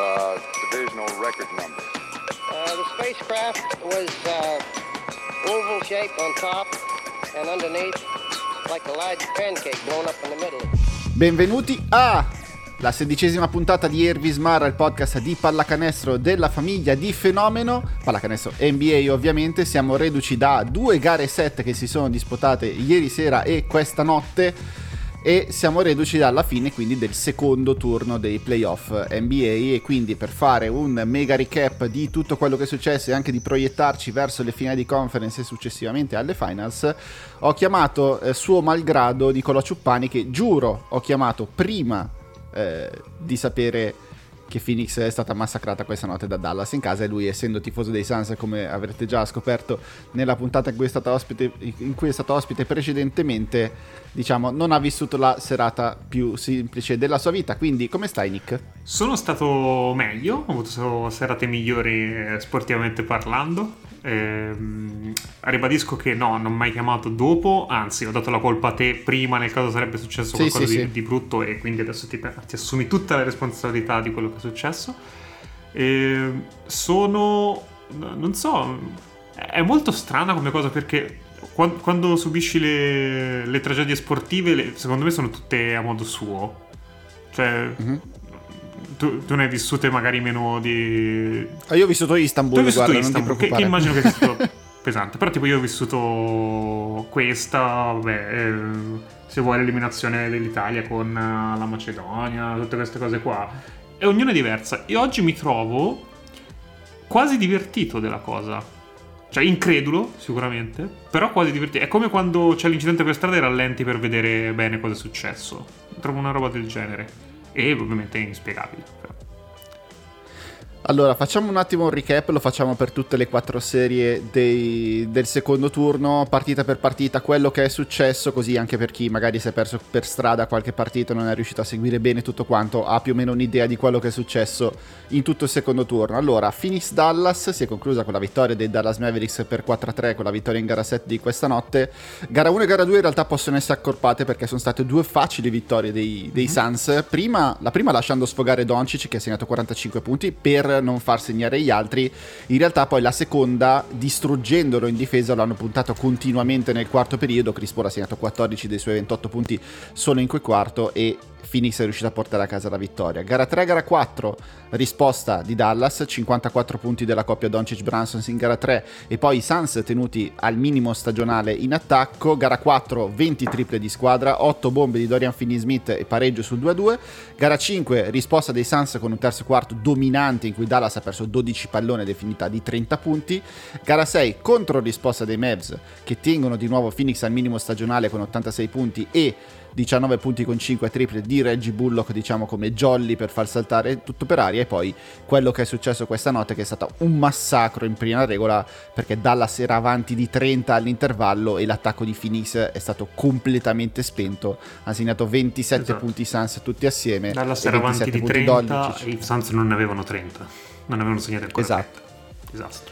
divisional record number. The spacecraft was oval shaped on top and underneath like a large pancake blown up in the middle. Benvenuti a la 16ª puntata di Ervismara, il podcast di pallacanestro della famiglia di Fenomeno, pallacanestro NBA ovviamente. Siamo reduci da 2 gare 7 che si sono disputate ieri sera e questa notte, e siamo reduci dalla fine quindi del secondo turno dei playoff NBA, e quindi per fare un mega recap di tutto quello che è successo e anche di proiettarci verso le finali di conference e successivamente alle finals, ho chiamato suo malgrado Nicolò Ciuppani, che giuro ho chiamato prima di sapere che Phoenix è stata massacrata questa notte da Dallas in casa, e lui, essendo tifoso dei Suns, come avrete già scoperto nella puntata in cui è stato ospite precedentemente, diciamo non ha vissuto la serata più semplice della sua vita. Quindi come stai, Nick? Sono stato meglio, ho avuto serate migliori sportivamente parlando. Ribadisco che no, non ho mai chiamato dopo, anzi ho dato la colpa a te prima nel caso sarebbe successo qualcosa di brutto, e quindi adesso ti assumi tutta la responsabilità di quello che è successo. Non so, è molto strana come cosa, perché quando subisci le tragedie sportive, secondo me sono tutte a modo suo, cioè tu ne hai vissute magari meno di... Io ho vissuto Istanbul, guarda, non ti preoccupare. Che immagino che sia stato pesante, però tipo io ho vissuto questa, se vuoi l'eliminazione dell'Italia con la Macedonia, tutte queste cose qua, e ognuna è diversa, e oggi mi trovo quasi divertito della cosa, cioè incredulo sicuramente, però quasi divertito. È come quando c'è l'incidente per strada e rallenti per vedere bene cosa è successo, trovo una roba del genere. E ovviamente è inspiegabile, però. Allora, facciamo un attimo un recap, lo facciamo per tutte le 4 serie del secondo turno, partita per partita, quello che è successo, così anche per chi magari si è perso per strada qualche partita e non è riuscito a seguire bene tutto quanto, ha più o meno un'idea di quello che è successo in tutto il secondo turno. Allora, Phoenix-Dallas si è conclusa con la vittoria dei Dallas Mavericks per 4-3, con la vittoria in gara 7 di questa notte. Gara 1 e gara 2 in realtà possono essere accorpate, perché sono state 2 facili vittorie dei Suns, la prima lasciando sfogare Doncic, che ha segnato 45 punti per non far segnare gli altri. In realtà poi la seconda, distruggendolo in difesa, l'hanno puntato continuamente nel quarto periodo. Chris Paul ha segnato 14 dei suoi 28 punti solo in quel quarto, e Phoenix è riuscita a portare a casa la vittoria. Gara 3, gara 4, risposta di Dallas, 54 punti della coppia Doncic-Brunson in gara 3, e poi i Suns tenuti al minimo stagionale in attacco. Gara 4, 20 triple di squadra, 8 bombe di Dorian Finney-Smith e pareggio sul 2-2. Gara 5, risposta dei Suns con un terzo quarto dominante in cui Dallas ha perso 12 pallone, definita di 30 punti. Gara 6, contro risposta dei Mavs, che tengono di nuovo Phoenix al minimo stagionale con 86 punti e 19 punti con 5 triple di Reggie Bullock, diciamo come jolly per far saltare tutto per aria. E poi quello che è successo questa notte, che è stato un massacro in prima regola, perché Dallas era avanti di 30 all'intervallo e l'attacco di Phoenix è stato completamente spento. Ha segnato 27 punti Suns tutti assieme. Dallas era avanti di 30 e i Suns non ne avevano 30, non avevano segnato ancora. Esatto. Disastro.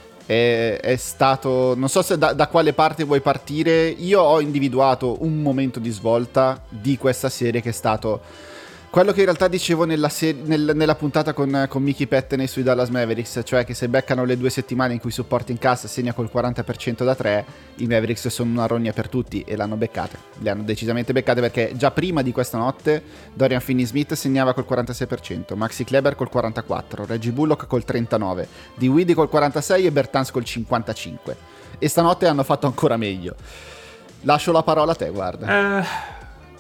È stato, non so se da quale parte vuoi partire. Io ho individuato un momento di svolta di questa serie, che è stato quello che in realtà dicevo nella puntata con Mickey Pettenay sui Dallas Mavericks, cioè che se beccano le 2 settimane in cui supporti in cassa segna col 40% da 3, i Mavericks sono una rogna per tutti, e le hanno decisamente beccate, perché già prima di questa notte Dorian Finney-Smith segnava col 46%, Maxi Kleber col 44%, Reggie Bullock col 39%, Dinwiddie col 46% e Bertans col 55%, e stanotte hanno fatto ancora meglio. Lascio la parola a te, guarda.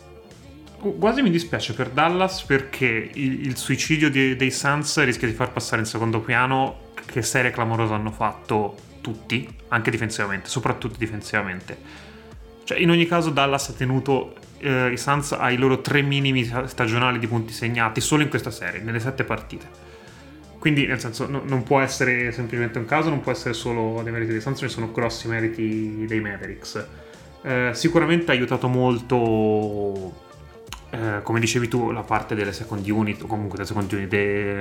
Quasi mi dispiace per Dallas, perché il suicidio dei Suns rischia di far passare in secondo piano che serie clamorosa hanno fatto tutti, anche difensivamente, soprattutto difensivamente. Cioè, in ogni caso Dallas ha tenuto i Suns ai loro 3 minimi stagionali di punti segnati solo in questa serie, nelle 7 partite. Quindi, nel senso, non può essere semplicemente un caso, non può essere solo dei meriti dei Suns, ci sono grossi meriti dei Mavericks. Sicuramente ha aiutato molto, come dicevi tu, la parte delle second unit, o comunque delle second unit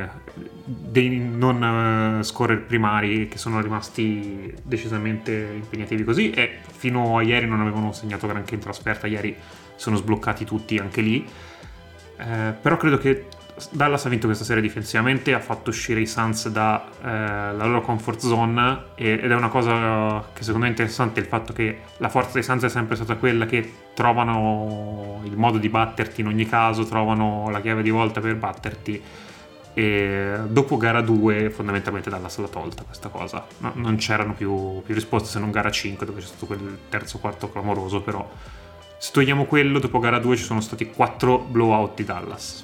dei non scorer primari, che sono rimasti decisamente impegnativi così, e fino a ieri non avevano segnato granché in trasferta. Ieri sono sbloccati tutti anche lì, però credo che Dallas ha vinto questa serie difensivamente, ha fatto uscire i Suns dalla loro comfort zone, ed è una cosa che secondo me è interessante, il fatto che la forza dei Suns è sempre stata quella che trovano il modo di batterti in ogni caso, trovano la chiave di volta per batterti, e dopo gara 2 fondamentalmente Dallas l'ha tolta questa cosa. Non c'erano più risposte, se non gara 5 dove c'è stato quel terzo quarto clamoroso, però se togliamo quello, dopo gara 2 ci sono stati 4 blowout di Dallas.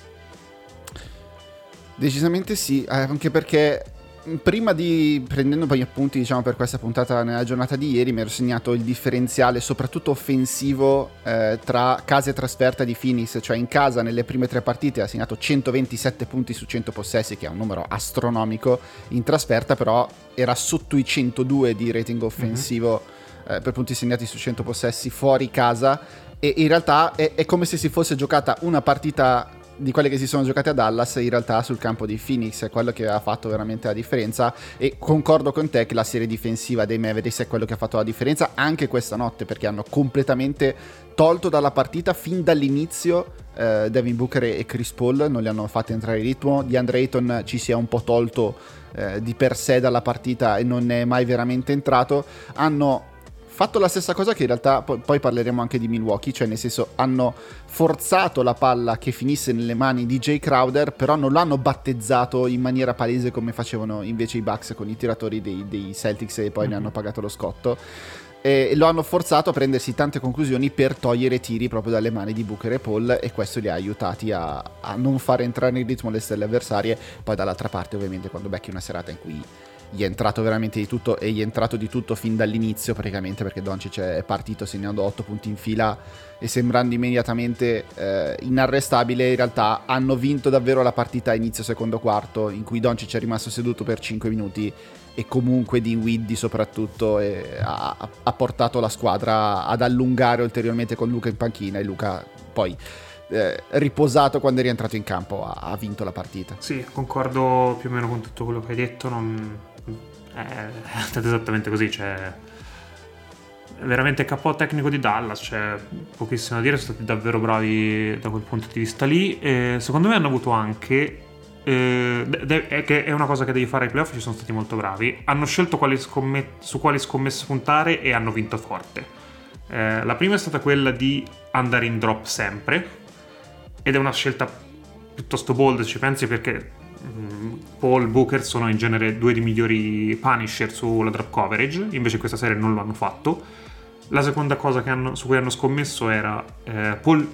Decisamente sì, anche perché prendendo poi appunti, diciamo, per questa puntata nella giornata di ieri, mi ero segnato il differenziale soprattutto offensivo tra casa e trasferta di Phoenix. Cioè in casa nelle prime 3 partite ha segnato 127 punti su 100 possessi, che è un numero astronomico. In trasferta però era sotto i 102 di rating offensivo per punti segnati su 100 possessi fuori casa, e in realtà è come se si fosse giocata una partita di quelle che si sono giocate a Dallas in realtà sul campo di Phoenix. È quello che ha fatto veramente la differenza, e concordo con te che la serie difensiva dei Mavericks è quello che ha fatto la differenza anche questa notte, perché hanno completamente tolto dalla partita fin dall'inizio Devin Booker e Chris Paul, non li hanno fatti entrare in ritmo. DeAndre Ayton ci si è un po' tolto di per sé dalla partita e non è mai veramente entrato. Hanno fatto la stessa cosa che in realtà poi parleremo anche di Milwaukee, cioè nel senso hanno forzato la palla che finisse nelle mani di Jay Crowder, però non l'hanno battezzato in maniera palese come facevano invece i Bucks con i tiratori dei Celtics, e poi ne hanno pagato lo scotto, e lo hanno forzato a prendersi tante conclusioni per togliere tiri proprio dalle mani di Booker e Paul, e questo li ha aiutati a non far entrare in ritmo le stelle avversarie. Poi dall'altra parte ovviamente quando becchi una serata in cui gli è entrato veramente di tutto, e gli è entrato di tutto fin dall'inizio praticamente, perché Doncic è partito segnando 8 punti in fila e sembrando immediatamente inarrestabile. In realtà hanno vinto davvero la partita a inizio secondo quarto, in cui Doncic è rimasto seduto per 5 minuti, e comunque Dinwiddie soprattutto ha portato la squadra ad allungare ulteriormente con Luka in panchina, e Luka poi riposato quando è rientrato in campo ha vinto la partita. Sì, concordo più o meno con tutto quello che hai detto, è stato esattamente così, cioè veramente capo tecnico di Dallas, c'è pochissimo da dire, sono stati davvero bravi da quel punto di vista lì, e secondo me hanno avuto anche che è una cosa che devi fare ai playoff, ci sono stati molto bravi, hanno scelto su quali scommesse puntare e hanno vinto forte. La prima è stata quella di andare in drop sempre, ed è una scelta piuttosto bold se ci pensi, perché Paul, Booker sono in genere due dei migliori punisher sulla drop coverage, invece questa serie non lo hanno fatto. La seconda cosa su cui hanno scommesso era Paul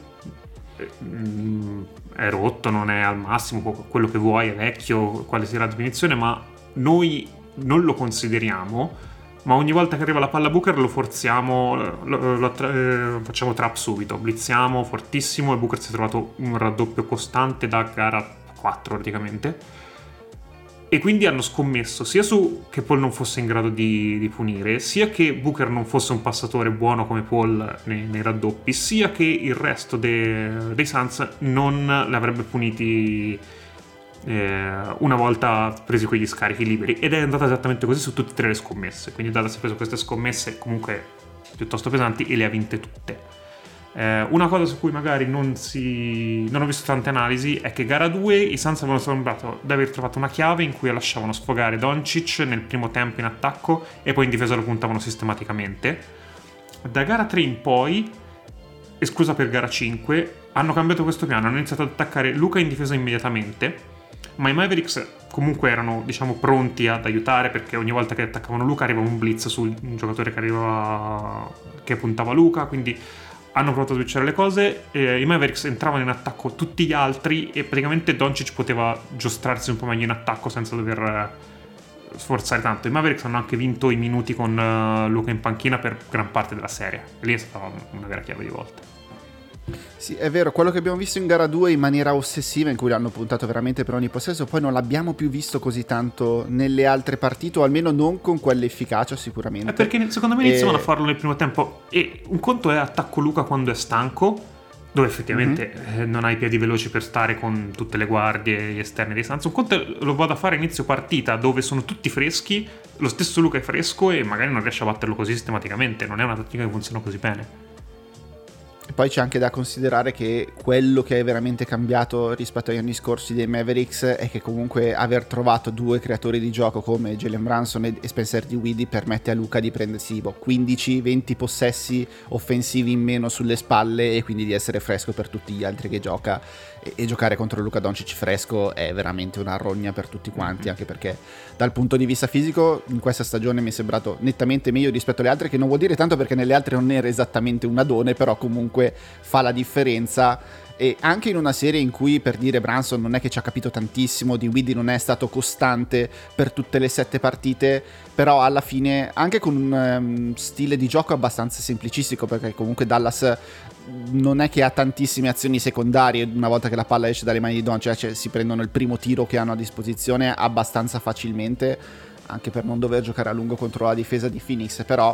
è rotto, non è al massimo, quello che vuoi, è vecchio, quale sia la definizione, ma noi non lo consideriamo, ma ogni volta che arriva la palla Booker lo forziamo, facciamo trap subito, blitziamo fortissimo, e Booker si è trovato un raddoppio costante da gara 4 praticamente, e quindi hanno scommesso sia su che Paul non fosse in grado di punire, sia che Booker non fosse un passatore buono come Paul nei raddoppi, sia che il resto dei Suns non li avrebbe puniti una volta presi quegli scarichi liberi, ed è andata esattamente così su tutte e tre le scommesse. Quindi Dallas ha preso queste scommesse comunque piuttosto pesanti e le ha vinte tutte. Una cosa su cui magari non ho visto tante analisi è che gara 2 i Suns avevano sembrato di aver trovato una chiave in cui lasciavano sfogare Doncic nel primo tempo in attacco e poi in difesa lo puntavano sistematicamente. Da gara 3 in poi, esclusa per gara 5, hanno cambiato questo piano, hanno iniziato ad attaccare Luka in difesa immediatamente, ma i Mavericks comunque erano, diciamo, pronti ad aiutare, perché ogni volta che attaccavano Luka arrivava un blitz sul giocatore che puntava Luka, quindi hanno provato a switchare le cose. I Mavericks entravano in attacco tutti gli altri e praticamente Doncic poteva giostrarsi un po' meglio in attacco senza dover sforzare tanto. I Mavericks hanno anche vinto i minuti con Luka in panchina per gran parte della serie, e lì è stata una vera chiave di volta. Sì, è vero, quello che abbiamo visto in gara 2 in maniera ossessiva, in cui l'hanno puntato veramente per ogni possesso, poi non l'abbiamo più visto così tanto nelle altre partite, o almeno non con quell'efficacia sicuramente. È perché secondo me iniziano a farlo nel primo tempo, e un conto è attacco Luka quando è stanco, dove effettivamente non hai i piedi veloci per stare con tutte le guardie, gli esterni dei Suns. Un conto lo vado a fare inizio partita dove sono tutti freschi, lo stesso Luka è fresco e magari non riesce a batterlo così sistematicamente, non è una tattica che funziona così bene. poi c'è anche da considerare che quello che è veramente cambiato rispetto agli anni scorsi dei Mavericks è che comunque aver trovato due creatori di gioco come Jalen Brunson e Spencer Dinwiddie permette a Luka di prendersi 15-20 possessi offensivi in meno sulle spalle e quindi di essere fresco per tutti gli altri che gioca, e giocare contro Luka Doncic fresco è veramente una rogna per tutti quanti, anche perché dal punto di vista fisico in questa stagione mi è sembrato nettamente meglio rispetto alle altre, che non vuol dire tanto perché nelle altre non era esattamente un adone, però comunque fa la differenza. E anche in una serie in cui, per dire, Brunson non è che ci ha capito tantissimo, Dinwiddie non è stato costante per tutte le 7 partite, però alla fine anche con un stile di gioco abbastanza semplicistico, perché comunque Dallas non è che ha tantissime azioni secondarie una volta che la palla esce dalle mani di Doncic, cioè si prendono il primo tiro che hanno a disposizione abbastanza facilmente, anche per non dover giocare a lungo contro la difesa di Phoenix. Però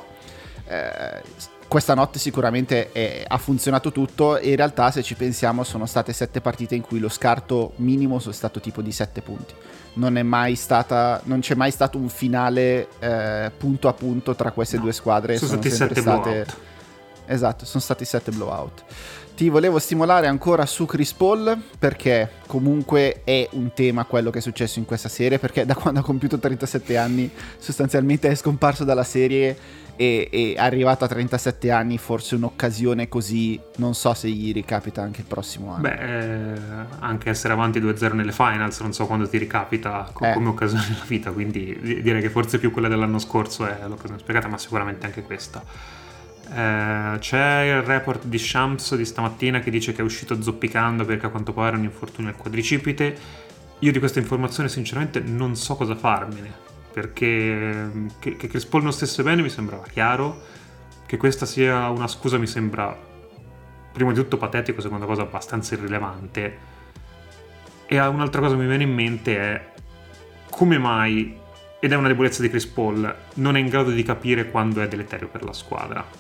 questa notte sicuramente ha funzionato tutto, e in realtà se ci pensiamo sono state 7 partite in cui lo scarto minimo è stato tipo di 7 punti. Non c'è mai stato un finale punto a punto tra queste due squadre. Sono stati 7 blowout. Esatto, sono stati 7 blowout. Ti volevo stimolare ancora su Chris Paul, perché comunque è un tema quello che è successo in questa serie, perché da quando ha compiuto 37 anni sostanzialmente è scomparso dalla serie, e è arrivato a 37 anni, forse un'occasione così non so se gli ricapita anche il prossimo anno. Anche essere avanti 2-0 nelle finals non so quando ti ricapita come occasione nella vita, quindi direi che forse più quella dell'anno scorso è l'occasione spiegata, ma sicuramente anche questa. C'è il report di Shams di stamattina che dice che è uscito zoppicando perché a quanto pare è un infortunio al quadricipite. Io di questa informazione sinceramente non so cosa farmene, perché che Chris Paul non stesse bene mi sembrava chiaro, che questa sia una scusa mi sembra prima di tutto patetico, seconda cosa abbastanza irrilevante. E un'altra cosa che mi viene in mente è come mai, ed è una debolezza di Chris Paul, non è in grado di capire quando è deleterio per la squadra.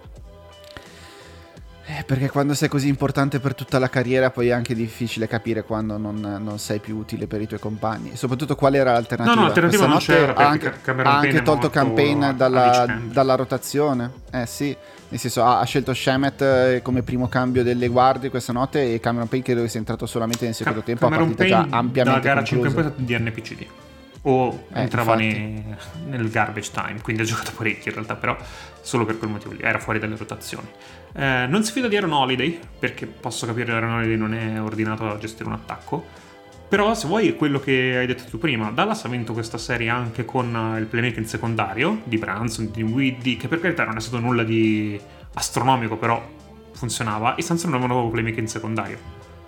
Perché quando sei così importante per tutta la carriera poi è anche difficile capire quando non sei più utile per i tuoi compagni. E soprattutto qual era l'alternativa? No, l'alternativa non c'era, ha anche tolto Campaign dalla rotazione. Sì, nel senso ha scelto Shamet come primo cambio delle guardie questa notte, e Cameron Payne credo che sia entrato solamente nel secondo tempo, a partita già ampiamente da gara conclusa. 5 in poi di NPCD o entrava nel garbage time, quindi ha giocato parecchio in realtà, però solo per quel motivo lì era fuori dalle rotazioni. Non si fida di Aaron Holiday, perché posso capire che Aaron Holiday non è ordinato a gestire un attacco, però se vuoi è quello che hai detto tu prima. Dallas ha vinto questa serie anche con il playmaker in secondario di Brunson, di Dinwiddie, che per carità non è stato nulla di astronomico, però funzionava. I Suns non avevano proprio playmaker in secondario,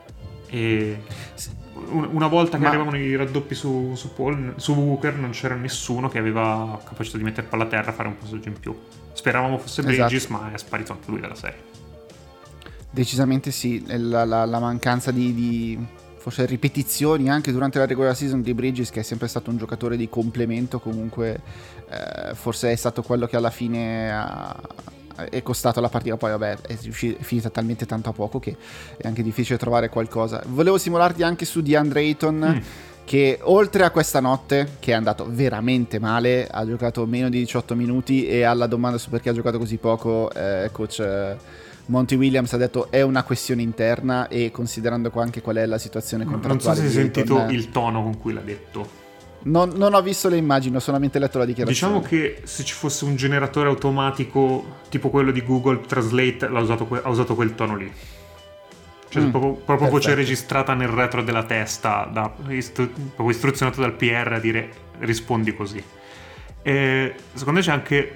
e una volta che arrivavano i raddoppi su Booker non c'era nessuno che aveva capacità di mettere palla a terra, fare un passaggio in più. Speravamo fosse Bridges, ma è sparito anche lui dalla serie. Decisamente sì, la mancanza di forse ripetizioni anche durante la regular season di Bridges, che è sempre stato un giocatore di complemento, comunque forse è stato quello che alla fine è costato la partita. Poi vabbè, è finita talmente tanto a poco che è anche difficile trovare qualcosa. Volevo stimolarti anche su DeAndre Ayton, che oltre a questa notte, che è andato veramente male, ha giocato meno di 18 minuti, e alla domanda su perché ha giocato così poco, coach Monty Williams ha detto è una questione interna, e considerando anche qual è la situazione contrattuale. Non so se hai sentito il tono con cui l'ha detto. Non ho visto le immagini, ho solamente letto la dichiarazione. Diciamo che se ci fosse un generatore automatico tipo quello di Google Translate ha usato quel tono lì. Cioè proprio voce registrata nel retro della testa, proprio istruzionato dal PR a dire rispondi così. E secondo me c'è anche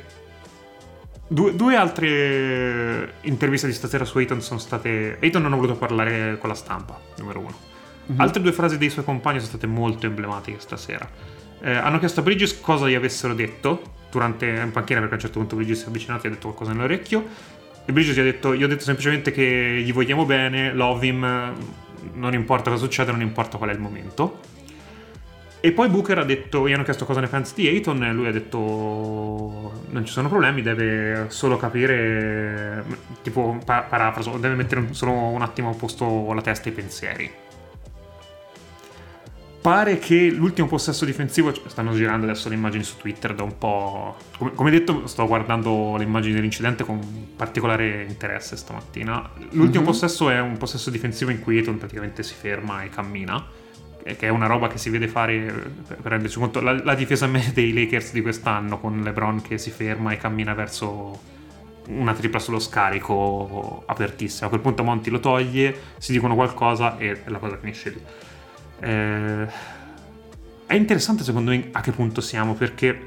due altre interviste di stasera su Ayton sono state... Ayton non ha voluto parlare con la stampa, numero 1. Altre 2 frasi dei suoi compagni sono state molto emblematiche stasera. Hanno chiesto a Bridges cosa gli avessero detto durante in panchina, perché a un certo punto Bridges si è avvicinato e ha detto qualcosa nell'orecchio, e Bridges gli ha detto: io ho detto semplicemente che gli vogliamo bene, love him, non importa cosa succede, non importa qual è il momento. E poi Booker ha detto, gli hanno chiesto cosa ne pensi di Ayton, e lui ha detto non ci sono problemi, deve solo capire, tipo parafraso, deve mettere solo un attimo a posto la testa e i pensieri. Pare che l'ultimo possesso difensivo, stanno girando adesso le immagini su Twitter da un po', come detto sto guardando le immagini dell'incidente con particolare interesse stamattina. L'ultimo possesso è un possesso difensivo in cui Ayton praticamente si ferma e cammina, che è una roba che si vede fare, per renderci conto, la difesa dei Lakers di quest'anno, con LeBron che si ferma e cammina verso una tripla sullo scarico apertissima. A quel punto Monty lo toglie, si dicono qualcosa e la cosa finisce lì. È interessante secondo me a che punto siamo, perché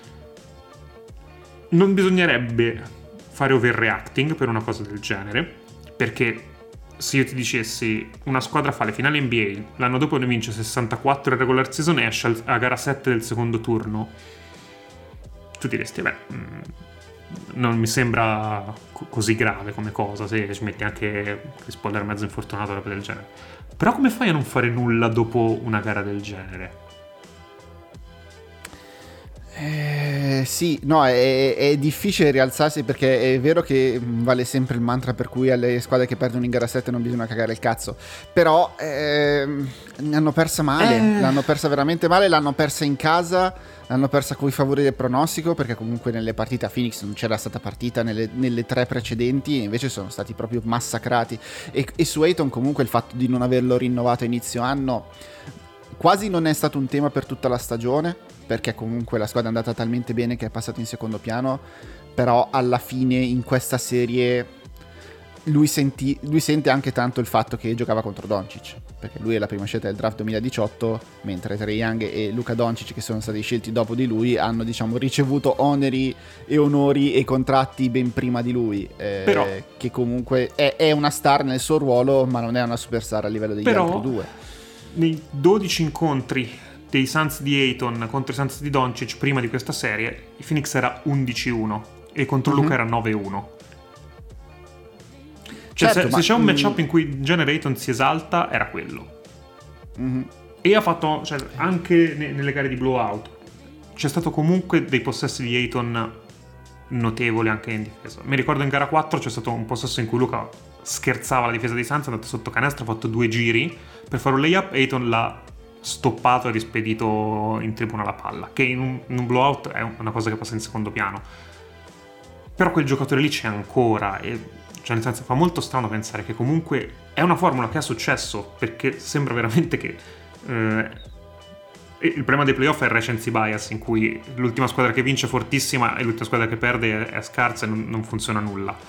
non bisognerebbe fare overreacting per una cosa del genere, perché se io ti dicessi una squadra fa le finali NBA, l'anno dopo ne vince 64 in regular season e esce a gara 7 del secondo turno, tu diresti non mi sembra così grave come cosa, se ci metti anche Chris Paul era mezzo infortunato o roba del genere. Però come fai a non fare nulla dopo una gara del genere? Sì, no, è difficile rialzarsi, perché è vero che vale sempre il mantra per cui alle squadre che perdono in gara 7 non bisogna cagare il cazzo, però ne hanno persa male, l'hanno persa veramente male, l'hanno persa in casa, l'hanno persa coi favori del pronostico, perché comunque nelle partite a Phoenix non c'era stata partita nelle 3 precedenti, e invece sono stati proprio massacrati, e su Ayton comunque il fatto di non averlo rinnovato a inizio anno quasi non è stato un tema per tutta la stagione, perché comunque la squadra è andata talmente bene che è passato in secondo piano, però alla fine in questa serie lui sente anche tanto il fatto che giocava contro Doncic, perché lui è la prima scelta del draft 2018, mentre Trae Young e Luka Doncic, che sono stati scelti dopo di lui, hanno diciamo ricevuto oneri e onori e contratti ben prima di lui, però, che comunque è una star nel suo ruolo, ma non è una superstar a livello degli altri due. Nei 12 incontri dei Suns di Ayton contro i Suns di Doncic prima di questa serie, il Phoenix era 11-1 e contro Luka era 9-1. Cioè, certo, se c'è un matchup in cui in genere Ayton si esalta, era quello. E ha fatto, cioè, anche nelle gare di blowout c'è stato comunque dei possessi di Ayton notevoli anche in difesa. Mi ricordo in gara 4 c'è stato un possesso in cui Luka scherzava la difesa di Suns, è andato sotto canestro, ha fatto 2 giri per fare un layup, Ayton l'ha stoppato e rispedito in tribuna la palla, che in un blowout è una cosa che passa in secondo piano. Però quel giocatore lì c'è ancora, e cioè nel senso fa molto strano pensare che comunque è una formula che ha successo, perché sembra veramente che il problema dei playoff è il recency bias, in cui l'ultima squadra che vince è fortissima e l'ultima squadra che perde è scarsa e non funziona nulla.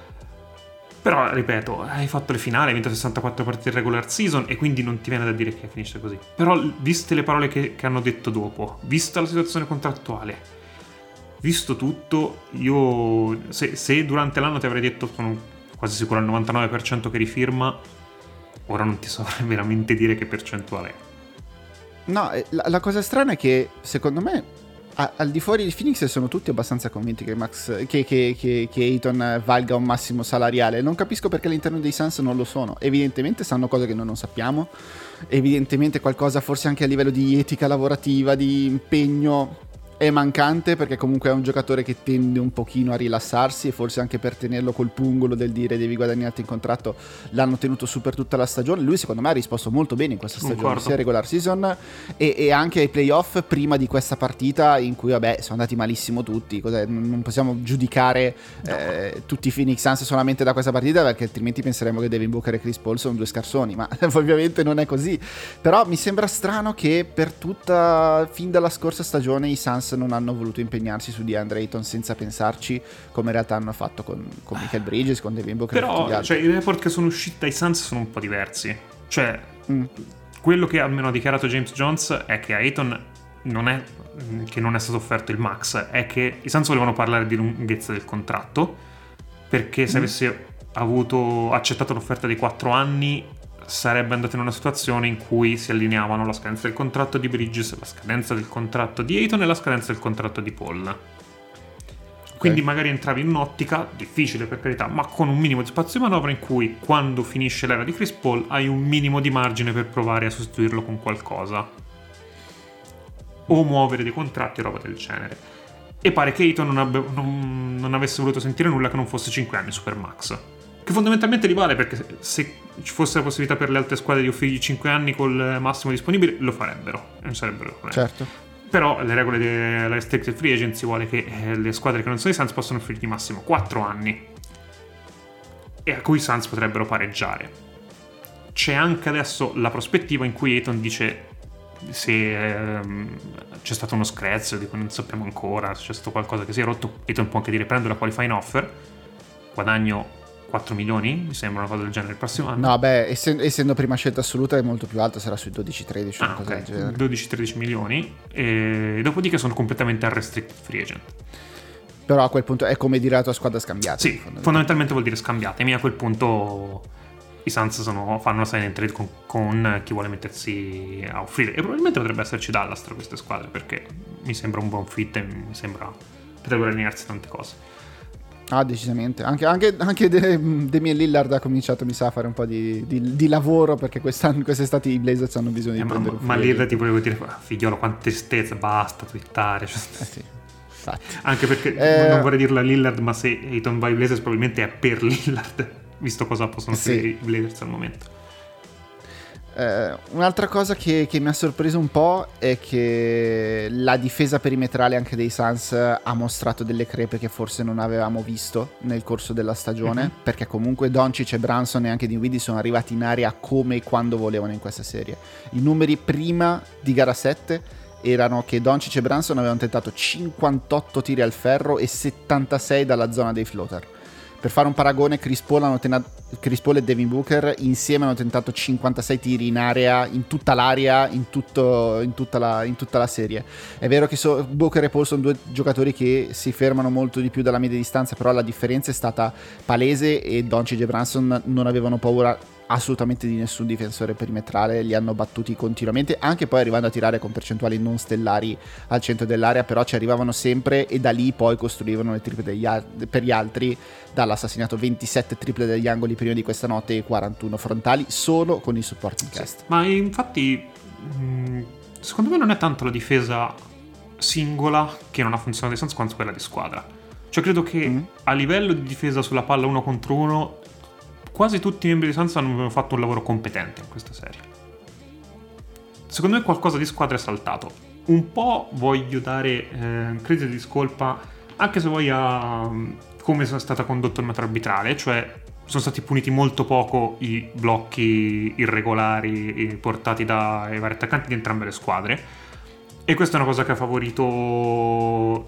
Però, ripeto, hai fatto le finali, hai vinto 64 partite in regular season e quindi non ti viene da dire che finisce così. Però, viste le parole che hanno detto dopo, vista la situazione contrattuale, visto tutto, io se durante l'anno ti avrei detto, sono quasi sicuro al 99% che rifirma, ora non ti saprei veramente dire che percentuale è. No, la cosa strana è che secondo me al di fuori di Phoenix sono tutti abbastanza convinti che Ayton valga un massimo salariale. Non capisco perché all'interno dei Suns non lo sono. Evidentemente sanno cose che noi non sappiamo, evidentemente qualcosa forse anche a livello di etica lavorativa, di impegno è mancante, perché comunque è un giocatore che tende un pochino a rilassarsi, e forse anche per tenerlo col pungolo del dire devi guadagnarti in contratto l'hanno tenuto su per tutta la stagione. Lui secondo me ha risposto molto bene in questa stagione, sia regular season e anche ai playoff prima di questa partita, in cui vabbè sono andati malissimo tutti. Non possiamo giudicare tutti i Phoenix Suns solamente da questa partita, perché altrimenti penseremo che Devin Booker e Chris Paul sono 2 scarsoni, ma ovviamente non è così. Però mi sembra strano che per fin dalla scorsa stagione i Suns non hanno voluto impegnarsi su DeAndre Ayton senza pensarci, come in realtà hanno fatto con Michael Bridges, con Devin Booker. Però cioè, i report che sono usciti dai Suns sono un po' diversi. Cioè quello che almeno ha dichiarato James Jones è che Ayton non è stato offerto il max, è che i Suns volevano parlare di lunghezza del contratto, perché se avesse accettato l'offerta di 4 anni sarebbe andato in una situazione in cui si allineavano la scadenza del contratto di Bridges, la scadenza del contratto di Ayton e la scadenza del contratto di Paul. Quindi magari entravi in un'ottica difficile, per carità, ma con un minimo di spazio di manovra, in cui quando finisce l'era di Chris Paul hai un minimo di margine per provare a sostituirlo con qualcosa o muovere dei contratti o roba del genere. E pare che Ayton non avesse voluto sentire nulla che non fosse 5 anni Supermax. che fondamentalmente li vale, perché se ci fosse la possibilità per le altre squadre di offrirgli 5 anni col massimo disponibile, lo farebbero, e non sarebbero problemi. Certo. Però le regole della restricted free agency vuole che le squadre che non sono i Suns possono offrirgli massimo 4 anni, e a cui i Suns potrebbero pareggiare. C'è anche adesso la prospettiva in cui Ayton dice se c'è stato uno screzio di cui non sappiamo ancora, se c'è stato qualcosa che si è rotto, Ayton può anche dire prendo la qualifying offer, guadagno 4 milioni, mi sembra una cosa del genere il prossimo anno. No, beh, essendo prima scelta assoluta è molto più alta, sarà sui 12-13, una cosa del genere. 12-13 milioni, e dopodiché sono completamente unrestricted free agent. Però a quel punto è come dire la tua squadra scambiata. Sì, fondamentalmente vuol dire scambiatemi. A quel punto i Suns fanno una sign and trade con chi vuole mettersi a offrire, e probabilmente potrebbe esserci Dallas tra queste squadre, perché mi sembra un buon fit e mi sembra potrebbero allinearsi tante cose. Ah, decisamente. Anche Damian Lillard ha cominciato, mi sa, a fare un po' di lavoro, perché quest'estate i Blazers hanno bisogno di prendere un ma Lillard ti volevo dire, figliolo, quanta tristezza, basta twittare. Sì, infatti. Anche perché non vorrei dirlo a Lillard, ma se Ayton va ai Blazers probabilmente è per Lillard, visto cosa possono fare i Blazers al momento. Un'altra cosa che mi ha sorpreso un po' è che la difesa perimetrale anche dei Suns ha mostrato delle crepe che forse non avevamo visto nel corso della stagione, perché comunque Doncic e Brunson e anche Dinwiddie sono arrivati in area come e quando volevano in questa serie. I numeri prima di gara 7 erano che Doncic e Brunson avevano tentato 58 tiri al ferro e 76 dalla zona dei floater. Per fare un paragone, Chris Paul e Devin Booker insieme hanno tentato 56 tiri in area, in tutta l'area, in tutta la serie. È vero che Booker e Paul sono due giocatori che si fermano molto di più dalla media distanza, però la differenza è stata palese e Doncic e Brunson non avevano paura assolutamente di nessun difensore perimetrale, li hanno battuti continuamente, anche poi arrivando a tirare con percentuali non stellari al centro dell'area, però ci arrivavano sempre e da lì poi costruivano le triple per gli altri. Dallas ha segnato 27 triple degli angoli prima di questa notte e 41 frontali solo con il supporting cast. Ma infatti secondo me non è tanto la difesa singola che non ha funzionato dei Suns quanto quella di squadra. Cioè credo che a livello di difesa sulla palla 1 contro 1 quasi tutti i membri di Suns hanno fatto un lavoro competente in questa serie. Secondo me qualcosa di squadra è saltato. Un po' voglio dare credito di scolpa, anche se vuoi, a come è stata condotto il metro arbitrale, cioè sono stati puniti molto poco i blocchi irregolari portati dai vari attaccanti di entrambe le squadre, e questa è una cosa che ha favorito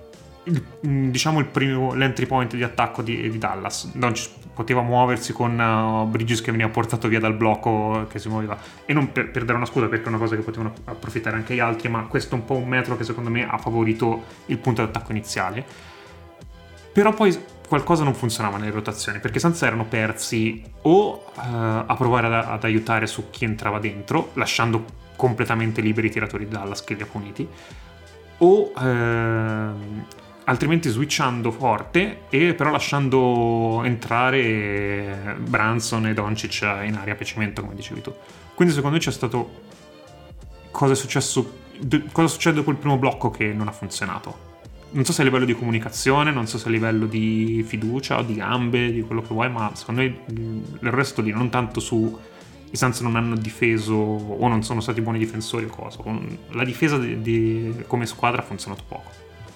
l'entry point di attacco di Dallas. Doncic poteva muoversi con Bridges che veniva portato via dal blocco che si muoveva, e non per dare una scusa, perché è una cosa che potevano approfittare anche gli altri, ma questo è un po' un metro che secondo me ha favorito il punto d'attacco iniziale. Però poi qualcosa non funzionava nelle rotazioni, perché Suns erano persi o a provare ad aiutare su chi entrava dentro, lasciando completamente liberi i tiratori di Dallas che li ha puniti, o altrimenti switchando forte e però lasciando entrare Brunson e Doncic in area piacimento, come dicevi tu. Quindi secondo me c'è stato cosa succede dopo il primo blocco che non ha funzionato. Non so se a livello di comunicazione, non so se a livello di fiducia o di gambe, di quello che vuoi, ma secondo me l'errore è stato lì, non tanto su i Suns non hanno difeso o non sono stati buoni difensori o cosa. La difesa come squadra ha funzionato poco.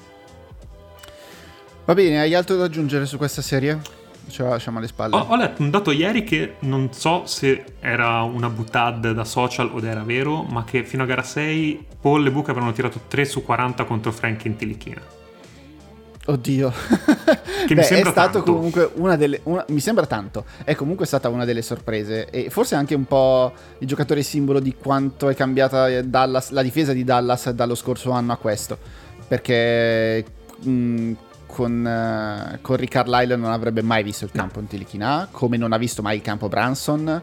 Va bene, hai altro da aggiungere su questa serie? Ce la lasciamo alle spalle. Ho letto un dato ieri che non so se era una butad da social o era vero, ma che fino a gara 6 Paul e Booker avevano tirato 3 su 40 contro Frank in Tilichina. Oddio. Che mi sembra è stato tanto. comunque mi sembra tanto. È comunque stata una delle sorprese e forse anche un po' il giocatore simbolo di quanto è cambiata la difesa di Dallas dallo scorso anno a questo, perché con Rick Carlisle non avrebbe mai visto il campo in Tilichina, come non ha visto mai il campo Brunson.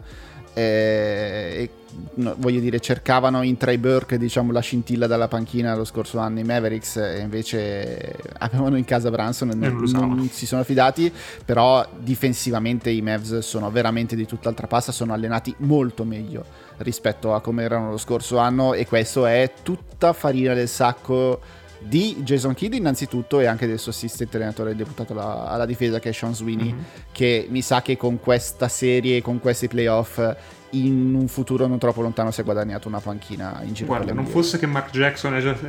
Voglio dire, cercavano in Trey Burke, diciamo, la scintilla dalla panchina lo scorso anno i Mavericks, e invece avevano in casa Brunson e non si sono fidati. Però difensivamente i Mavs sono veramente di tutt'altra pasta, sono allenati molto meglio rispetto a come erano lo scorso anno, e questo è tutta farina del sacco di Jason Kidd innanzitutto, e anche del suo assistente allenatore deputato alla difesa, che è Sean Sweeney, che mi sa che con questa serie, con questi playoff, in un futuro non troppo lontano si è guadagnato una panchina in giro. Guarda, non fosse che Mark Jackson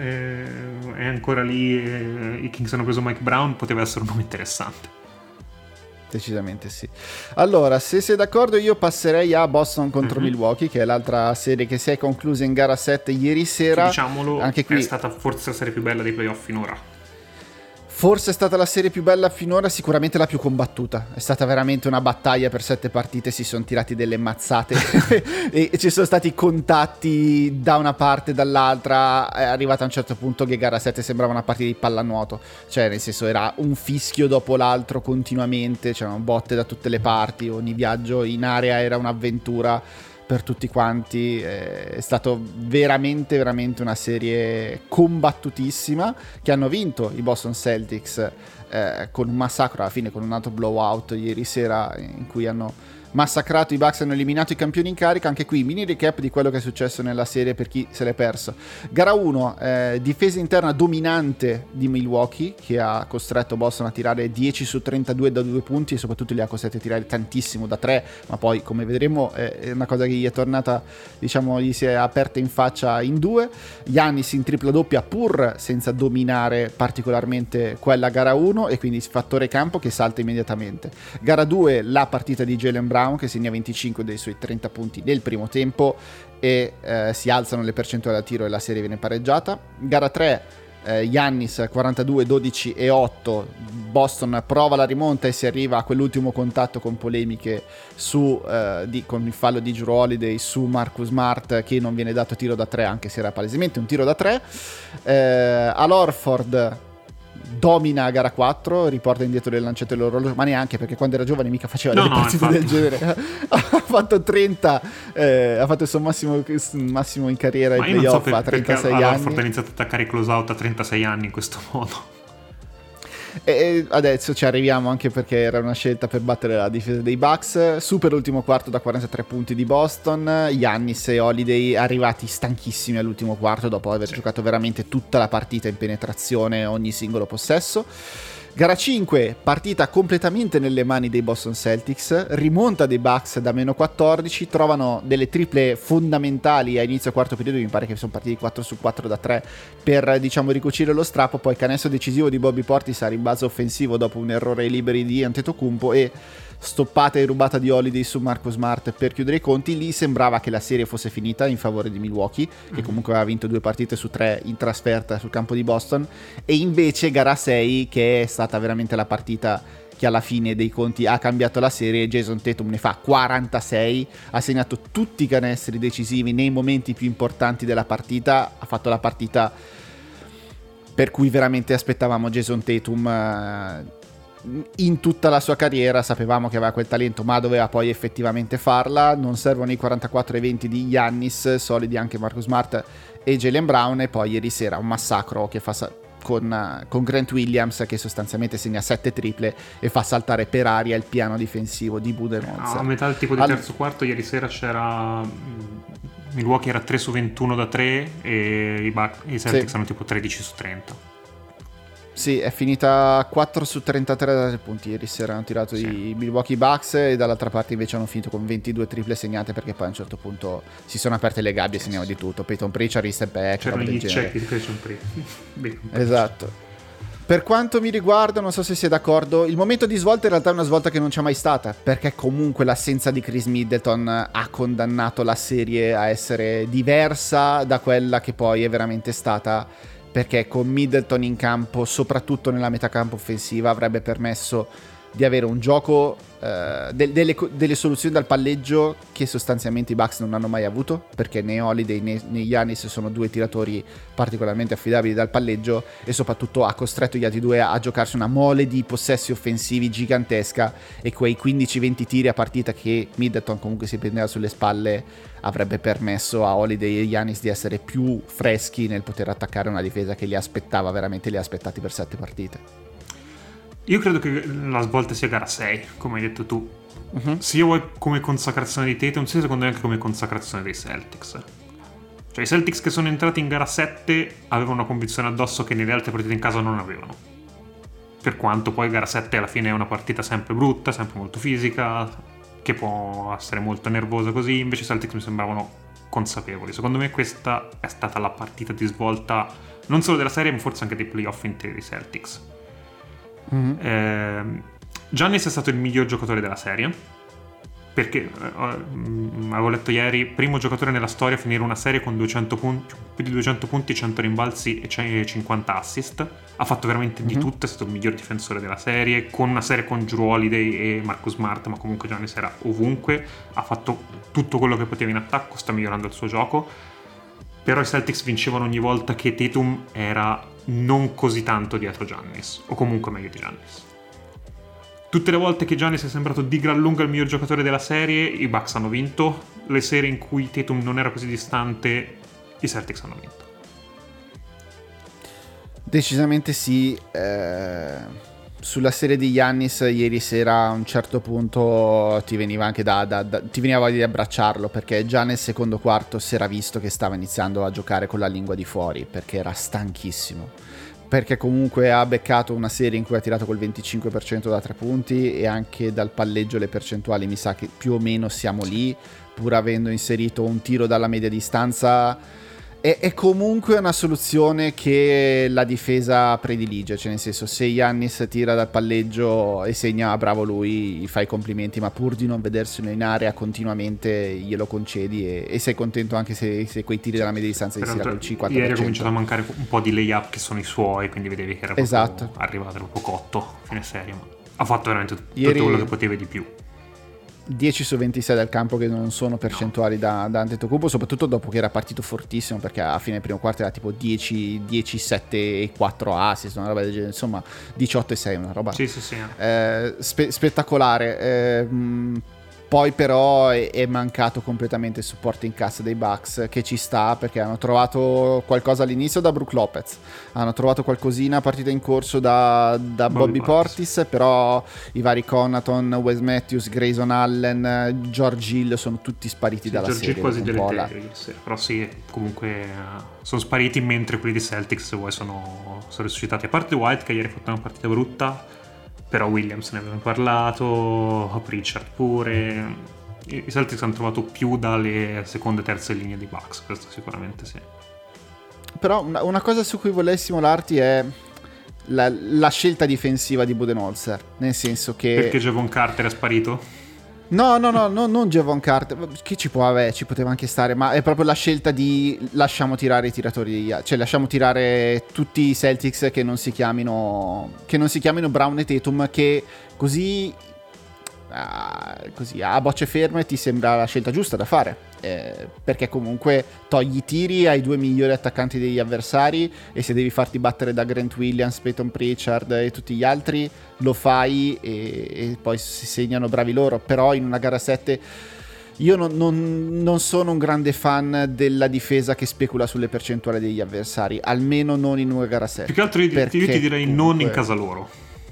è ancora lì e i Kings hanno preso Mike Brown, poteva essere un nome interessante. Decisamente sì. Allora, se sei d'accordo, io passerei a Boston contro Milwaukee, che è l'altra serie che si è conclusa in gara 7 ieri sera. Che, diciamolo, anche qui è stata forse la serie più bella dei playoff finora. Forse è stata la serie più bella finora, sicuramente la più combattuta. È stata veramente una battaglia per 7 partite, si sono tirati delle mazzate e ci sono stati contatti da una parte e dall'altra. È arrivata a un certo punto che gara 7 sembrava una partita di pallanuoto, cioè nel senso era un fischio dopo l'altro continuamente, c'erano botte da tutte le parti, ogni viaggio in area era un'avventura per tutti quanti. È stato veramente una serie combattutissima, che hanno vinto i Boston Celtics con un massacro alla fine, con un altro blowout ieri sera in cui hanno massacrato i Bucks, hanno eliminato i campioni in carica. Anche qui mini recap di quello che è successo nella serie per chi se l'è perso. Gara 1, difesa interna dominante di Milwaukee, che ha costretto Boston a tirare 10 su 32 da 2 punti e soprattutto li ha costretti a tirare tantissimo da 3, ma poi come vedremo è una cosa che gli è tornata, diciamo, gli si è aperta in faccia in 2. Giannis in tripla doppia pur senza dominare particolarmente quella gara 1, e quindi fattore campo che salta immediatamente. Gara 2, la partita di Jaylen Brown, che segna 25 dei suoi 30 punti nel primo tempo e si alzano le percentuali da tiro e la serie viene pareggiata. Gara 3, Giannis 42, 12 e 8. Boston prova la rimonta e si arriva a quell'ultimo contatto con polemiche con il fallo di Jrue Holiday su Marcus Smart, che non viene dato tiro da 3 anche se era palesemente un tiro da 3. Al Horford domina gara 4, riporta indietro le lancette dell'orologio, ma neanche, perché quando era giovane mica faceva delle partite del genere. Ha fatto 30, ha fatto il suo massimo in carriera ai playoff a 36 anni. Horford ha iniziato ad attaccare i close out a 36 anni in questo modo. E adesso ci arriviamo, anche perché era una scelta per battere la difesa dei Bucks. Super ultimo quarto da 43 punti di Boston. Giannis e Holiday arrivati stanchissimi all'ultimo quarto dopo aver giocato veramente tutta la partita in penetrazione, ogni singolo possesso. Gara 5, partita completamente nelle mani dei Boston Celtics, rimonta dei Bucks da meno 14, trovano delle triple fondamentali a inizio quarto periodo, mi pare che sono partiti 4 su 4 da 3 per, diciamo, ricucire lo strappo, poi canestro decisivo di Bobby Portis a rimbalzo offensivo dopo un errore ai liberi di Antetokounmpo e stoppata e rubata di Holiday su Marcus Smart per chiudere i conti. Lì sembrava che la serie fosse finita in favore di Milwaukee, che comunque aveva vinto 2 partite su 3 in trasferta sul campo di Boston, e invece gara 6, che è stata veramente la partita che alla fine dei conti ha cambiato la serie. Jason Tatum ne fa 46, ha segnato tutti i canestri decisivi nei momenti più importanti della partita, ha fatto la partita per cui veramente aspettavamo Jason Tatum in tutta la sua carriera. Sapevamo che aveva quel talento, ma doveva poi effettivamente farla. Non servono i 44 e 20 di Giannis, solidi anche Marcus Smart e Jaylen Brown, e poi ieri sera un massacro che fa con Grant Williams, che sostanzialmente segna 7 triple e fa saltare per aria il piano difensivo di Budenholzer. A metà del tipo di terzo quarto ieri sera c'era Milwaukee era 3 su 21 da 3 e i Celtics hanno tipo 13 su 30. Sì, è finita 4 su 33 da 3 punti. Ieri sera hanno tirato i Milwaukee Bucks, e dall'altra parte invece hanno finito con 22 triple segnate, perché poi a un certo punto si sono aperte le gabbie e segnava di tutto. Peyton Pritchard, step back, c'erano roba del gli genere. check di Peyton Pritchard. Esatto. Per quanto mi riguarda, non so se sei d'accordo, il momento di svolta in realtà è una svolta che non c'è mai stata, perché comunque l'assenza di Chris Middleton ha condannato la serie a essere diversa da quella che poi è veramente stata, perché con Middleton in campo, soprattutto nella metà campo offensiva, avrebbe permesso di avere un gioco, delle soluzioni dal palleggio che sostanzialmente i Bucks non hanno mai avuto, perché né Holiday né Giannis sono 2 tiratori particolarmente affidabili dal palleggio, e soprattutto ha costretto gli altri 2 a giocarsi una mole di possessi offensivi gigantesca, e quei 15-20 tiri a partita che Middleton comunque si prendeva sulle spalle avrebbe permesso a Holiday e Giannis di essere più freschi nel poter attaccare una difesa che li aspettava, veramente li ha aspettati per 7 partite. Io credo che la svolta sia gara 6, come hai detto tu. Sia come consacrazione di Tatum, sia secondo me anche come consacrazione dei Celtics. Cioè i Celtics che sono entrati in gara 7 avevano una convinzione addosso che nelle altre partite in casa non avevano. Per quanto poi gara 7 alla fine è una partita sempre brutta, sempre molto fisica, che può essere molto nervosa così, invece i Celtics mi sembravano consapevoli. Secondo me questa è stata la partita di svolta non solo della serie ma forse anche dei playoff interi dei Celtics. Giannis è stato il miglior giocatore della serie perché avevo letto ieri, primo giocatore nella storia a finire una serie con 200 punti, più di 200 punti, 100 rimbalzi e 50 assist. Ha fatto veramente di tutto, è stato il miglior difensore della serie, con una serie con Jrue Holiday e Marcus Smart, ma comunque Giannis era ovunque, ha fatto tutto quello che poteva in attacco, sta migliorando il suo gioco. Però i Celtics vincevano ogni volta che Tatum era non così tanto dietro Giannis, o comunque meglio di Giannis. Tutte le volte che Giannis è sembrato di gran lunga il miglior giocatore della serie, i Bucks hanno vinto. Le serie in cui Tatum non era così distante, i Celtics hanno vinto. Decisamente sì. Sulla serie di Giannis ieri sera a un certo punto ti veniva anche ti veniva voglia di abbracciarlo, perché già nel secondo quarto si era visto che stava iniziando a giocare con la lingua di fuori, perché era stanchissimo. Perché comunque ha beccato una serie in cui ha tirato col 25% da 3 punti e anche dal palleggio le percentuali mi sa che più o meno siamo lì, pur avendo inserito un tiro dalla media distanza. È comunque una soluzione che la difesa predilige, cioè nel senso, se Giannis tira dal palleggio e segna, bravo lui, gli fai i complimenti, ma pur di non vederselo in area continuamente glielo concedi e sei contento anche se quei tiri dalla media distanza gli si col 50%. Ieri è cominciato a mancare un po' di layup che sono i suoi, quindi vedevi che era esatto, arrivato proprio cotto fine serie, ma ha fatto veramente tutto quello che poteva e di più. 10 su 26 dal campo, che non sono percentuali da Antetokounmpo, soprattutto dopo che era partito fortissimo, perché a fine primo quarto era tipo 10, 7 e 4 assist, una roba del genere, insomma 18 e 6, una roba sì. spettacolare. Poi però è mancato completamente il supporto in cassa dei Bucks, che ci sta, perché hanno trovato qualcosa all'inizio da Brook Lopez, hanno trovato qualcosina a partita in corso da Bobby Portis, però i vari Connaughton, Wes Matthews, Grayson Allen, George Hill sono tutti spariti dalla George serie. Quasi delle però sì, comunque sono spariti, mentre quelli di Celtics sono risuscitati, a parte White che ieri ha fatto una partita brutta, però Williams ne avevamo parlato, Pritchard pure. I Celtics hanno trovato più dalle seconde e terze linee di Bucks, questo sicuramente sì. Però una cosa su cui volessimo larti è la scelta difensiva di Budenholzer, nel senso che... Perché Javon Carter è sparito? No, non Javon Carter, che ci poteva anche stare, ma è proprio la scelta di lasciamo tirare i tiratori, cioè lasciamo tirare tutti i Celtics che non si chiamino Brown e Tatum, che così a bocce ferme ti sembra la scelta giusta da fare, perché comunque togli i tiri ai due migliori attaccanti degli avversari, e se devi farti battere da Grant Williams, Peyton Pritchard e tutti gli altri lo fai, e poi si segnano bravi loro. Però in una gara 7 io non sono un grande fan della difesa che specula sulle percentuali degli avversari, almeno non in una gara 7. Più che altro io ti direi comunque, non in casa loro.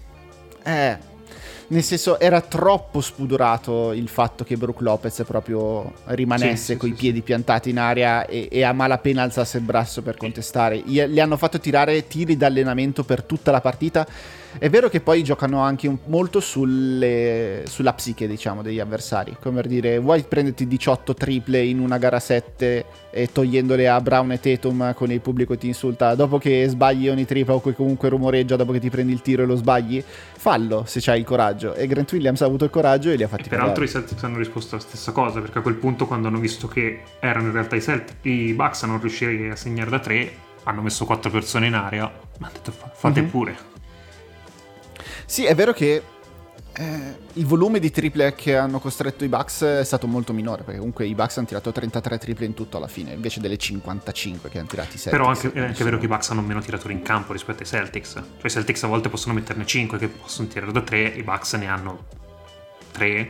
Nel senso, era troppo spudorato il fatto che Brook Lopez proprio rimanesse coi piedi piantati in aria e a malapena alzasse il braccio per contestare. Li hanno fatto tirare tiri d'allenamento per tutta la partita. È vero che poi giocano anche molto sulla psiche, diciamo, degli avversari, come per dire, vuoi prenderti 18 triple in una gara 7 e togliendole a Brown e Tatum con il pubblico ti insulta dopo che sbagli ogni tripla o che comunque rumoreggia dopo che ti prendi il tiro e lo sbagli? Fallo se c'hai il coraggio, e Grant Williams ha avuto il coraggio e li ha fatti pagare. Peraltro i Celtics hanno risposto la stessa cosa, perché a quel punto, quando hanno visto che erano in realtà i Bucks a non riuscire a segnare da 3, hanno messo 4 persone in area, ma hanno detto fate pure. Sì, è vero che il volume di triple che hanno costretto i Bucks è stato molto minore, perché comunque i Bucks hanno tirato 33 triple in tutto alla fine, invece delle 55 che hanno tirati i Celtics. Però è anche vero che i Bucks hanno meno tiratori in campo rispetto ai Celtics. Cioè i Celtics a volte possono metterne 5 che possono tirare da 3, i Bucks ne hanno 3.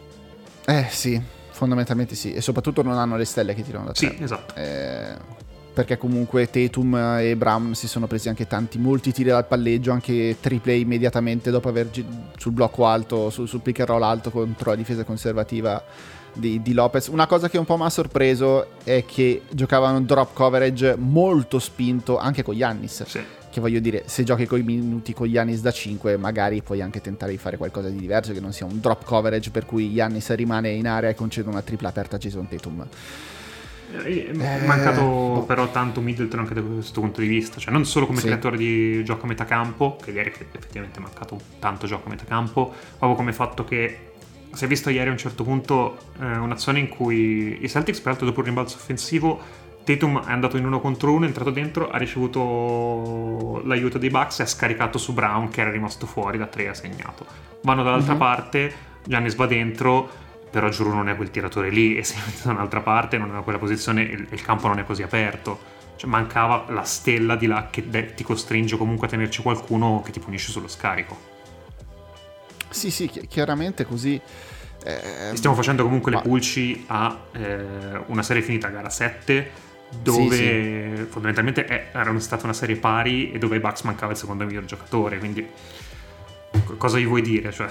Sì, fondamentalmente sì, e soprattutto non hanno le stelle che tirano da 3. Sì, esatto. perché comunque Tatum e Brown si sono presi anche molti tiri dal palleggio, anche triple immediatamente dopo aver sul blocco alto, sul pick and roll alto contro la difesa conservativa di Lopez. Una cosa che un po' mi ha sorpreso è che giocavano drop coverage molto spinto anche con Giannis. Sì. Che voglio dire, se giochi coi minuti con Giannis da 5 magari puoi anche tentare di fare qualcosa di diverso, che non sia un drop coverage per cui Giannis rimane in area e concede una tripla aperta a Jason Tatum. È mancato però tanto Middleton anche da questo punto di vista, cioè non solo come creatore di gioco a metà campo, che ieri effettivamente è mancato tanto gioco a metà campo, proprio come fatto che si è visto ieri a un certo punto un'azione in cui i Celtics, peraltro dopo un rimbalzo offensivo, Tatum è andato in 1 contro 1, è entrato dentro, ha ricevuto l'aiuto dei Bucks e ha scaricato su Brown che era rimasto fuori da 3 e ha segnato. Vanno dall'altra parte, Giannis va dentro, però giuro non è quel tiratore lì, e si mette da un'altra parte, non è quella posizione, il campo non è così aperto, cioè mancava la stella di là che ti costringe comunque a tenerci qualcuno che ti punisce sullo scarico. Sì, chiaramente così. Stiamo facendo comunque le pulci a una serie finita a gara 7, dove fondamentalmente era stata una serie pari e dove ai Bucks mancava il secondo miglior giocatore, quindi cosa gli vuoi dire? Cioè...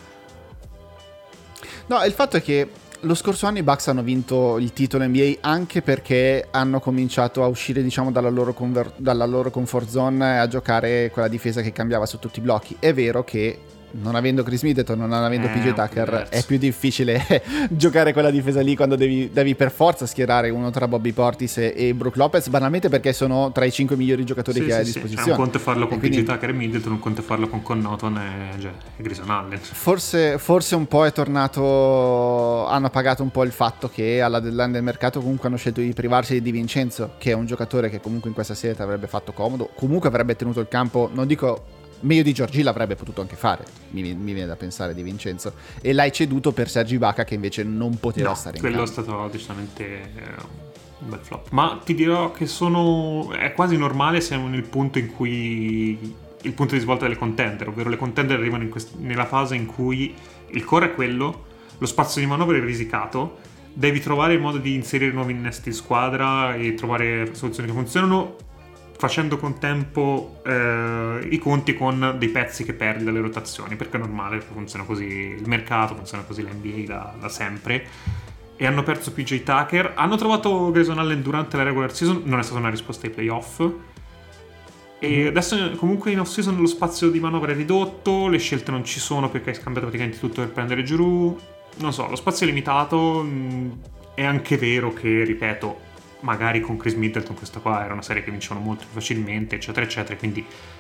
No, il fatto è che lo scorso anno i Bucks hanno vinto il titolo NBA anche perché hanno cominciato a uscire, diciamo, dalla loro comfort zone e a giocare quella difesa che cambiava su tutti i blocchi. È vero che non avendo Chris Middleton, non avendo PJ Tucker, è più difficile giocare quella difesa lì quando devi per forza schierare uno tra Bobby Portis e Brook Lopez, banalmente perché sono tra i 5 migliori giocatori che hai a disposizione. Cioè, un conto è farlo con PJ Tucker e Middleton, un conto è farlo con Connaughton e Grayson Allen. Forse un po' è tornato, hanno pagato un po' il fatto che alla deadline del mercato comunque hanno scelto di privarsi di Di Vincenzo, che è un giocatore che comunque in questa serie ti avrebbe fatto comodo, comunque avrebbe tenuto il campo, non dico meglio di Giorgi, l'avrebbe potuto anche fare, mi viene da pensare, Di Vincenzo, e l'hai ceduto per Serge Ibaka che invece non poteva stare in campo. Quello è stato decisamente un bel flop, ma ti dirò che è quasi normale, siamo nel punto in cui il punto di svolta delle contender, ovvero le contender arrivano nella fase in cui il core è quello, lo spazio di manovra è risicato, devi trovare il modo di inserire nuovi innesti in squadra e trovare soluzioni che funzionano, facendo con tempo i conti con dei pezzi che perdi dalle rotazioni, perché è normale, funziona così il mercato, funziona così l'NBA da sempre. E hanno perso PJ Tucker, hanno trovato Grayson Allen durante la regular season, non è stata una risposta ai playoff, e adesso comunque in off season lo spazio di manovra è ridotto, le scelte non ci sono perché hai scambiato praticamente tutto per prendere Giroux, non so, lo spazio è limitato. È anche vero che, ripeto, magari con Chris Middleton questa qua era una serie che vincevano molto più facilmente, eccetera eccetera, quindi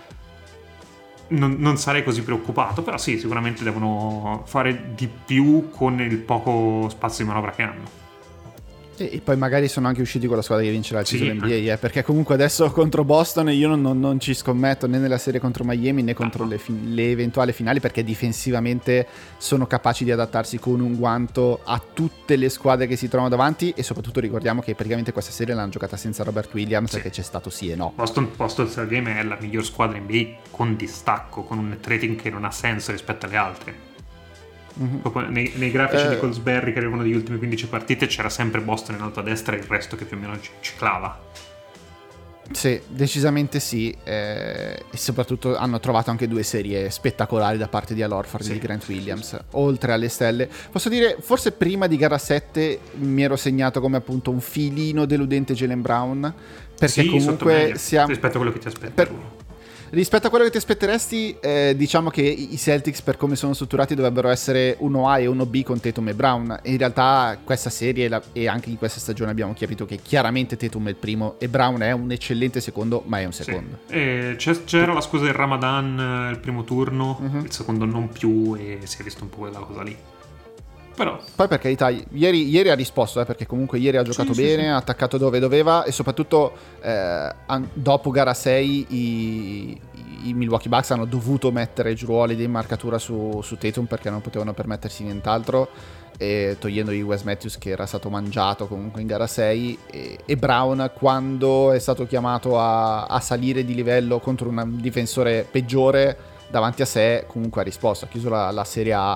non sarei così preoccupato, però sì, sicuramente devono fare di più con il poco spazio di manovra che hanno. E poi magari sono anche usciti con la squadra che vincerà il titolo NBA, perché comunque adesso contro Boston io non ci scommetto né nella serie contro Miami né contro le eventuali finali, perché difensivamente sono capaci di adattarsi con un guanto a tutte le squadre che si trovano davanti, e soprattutto ricordiamo che praticamente questa serie l'hanno giocata senza Robert Williams, perché c'è stato sì e no. Boston Game è la miglior squadra NBA con distacco, con un net rating che non ha senso rispetto alle altre. Proprio nei grafici di Colsberry che arrivano degli ultimi 15 partite c'era sempre Boston in alto a destra e il resto che più o meno ciclava. Sì, decisamente sì, e soprattutto hanno trovato anche 2 serie spettacolari da parte di Al Horford e di Grant Williams, oltre alle stelle. Posso dire, forse prima di gara 7 mi ero segnato come appunto un filino deludente Jaylen Brown, perché comunque siamo rispetto a quello che ti aspetti. Rispetto a quello che ti aspetteresti, diciamo che i Celtics, per come sono strutturati, dovrebbero essere uno A e uno B con Tatum e Brown. E in realtà questa serie e anche in questa stagione abbiamo capito che chiaramente Tatum è il primo e Brown è un eccellente secondo, ma è un secondo. C'era la scusa del Ramadan il primo turno, il secondo non più, e si è visto un po' quella cosa lì. Però poi, per carità, ieri ha risposto, perché comunque ieri ha giocato bene, ha attaccato dove doveva, e soprattutto dopo gara 6 i Milwaukee Bucks hanno dovuto mettere Jrue Holiday in marcatura su Tatum perché non potevano permettersi nient'altro, e togliendogli Wes Matthews che era stato mangiato comunque in gara 6, e Brown, quando è stato chiamato a salire di livello contro un difensore peggiore davanti a sé, comunque ha risposto, ha chiuso la Serie A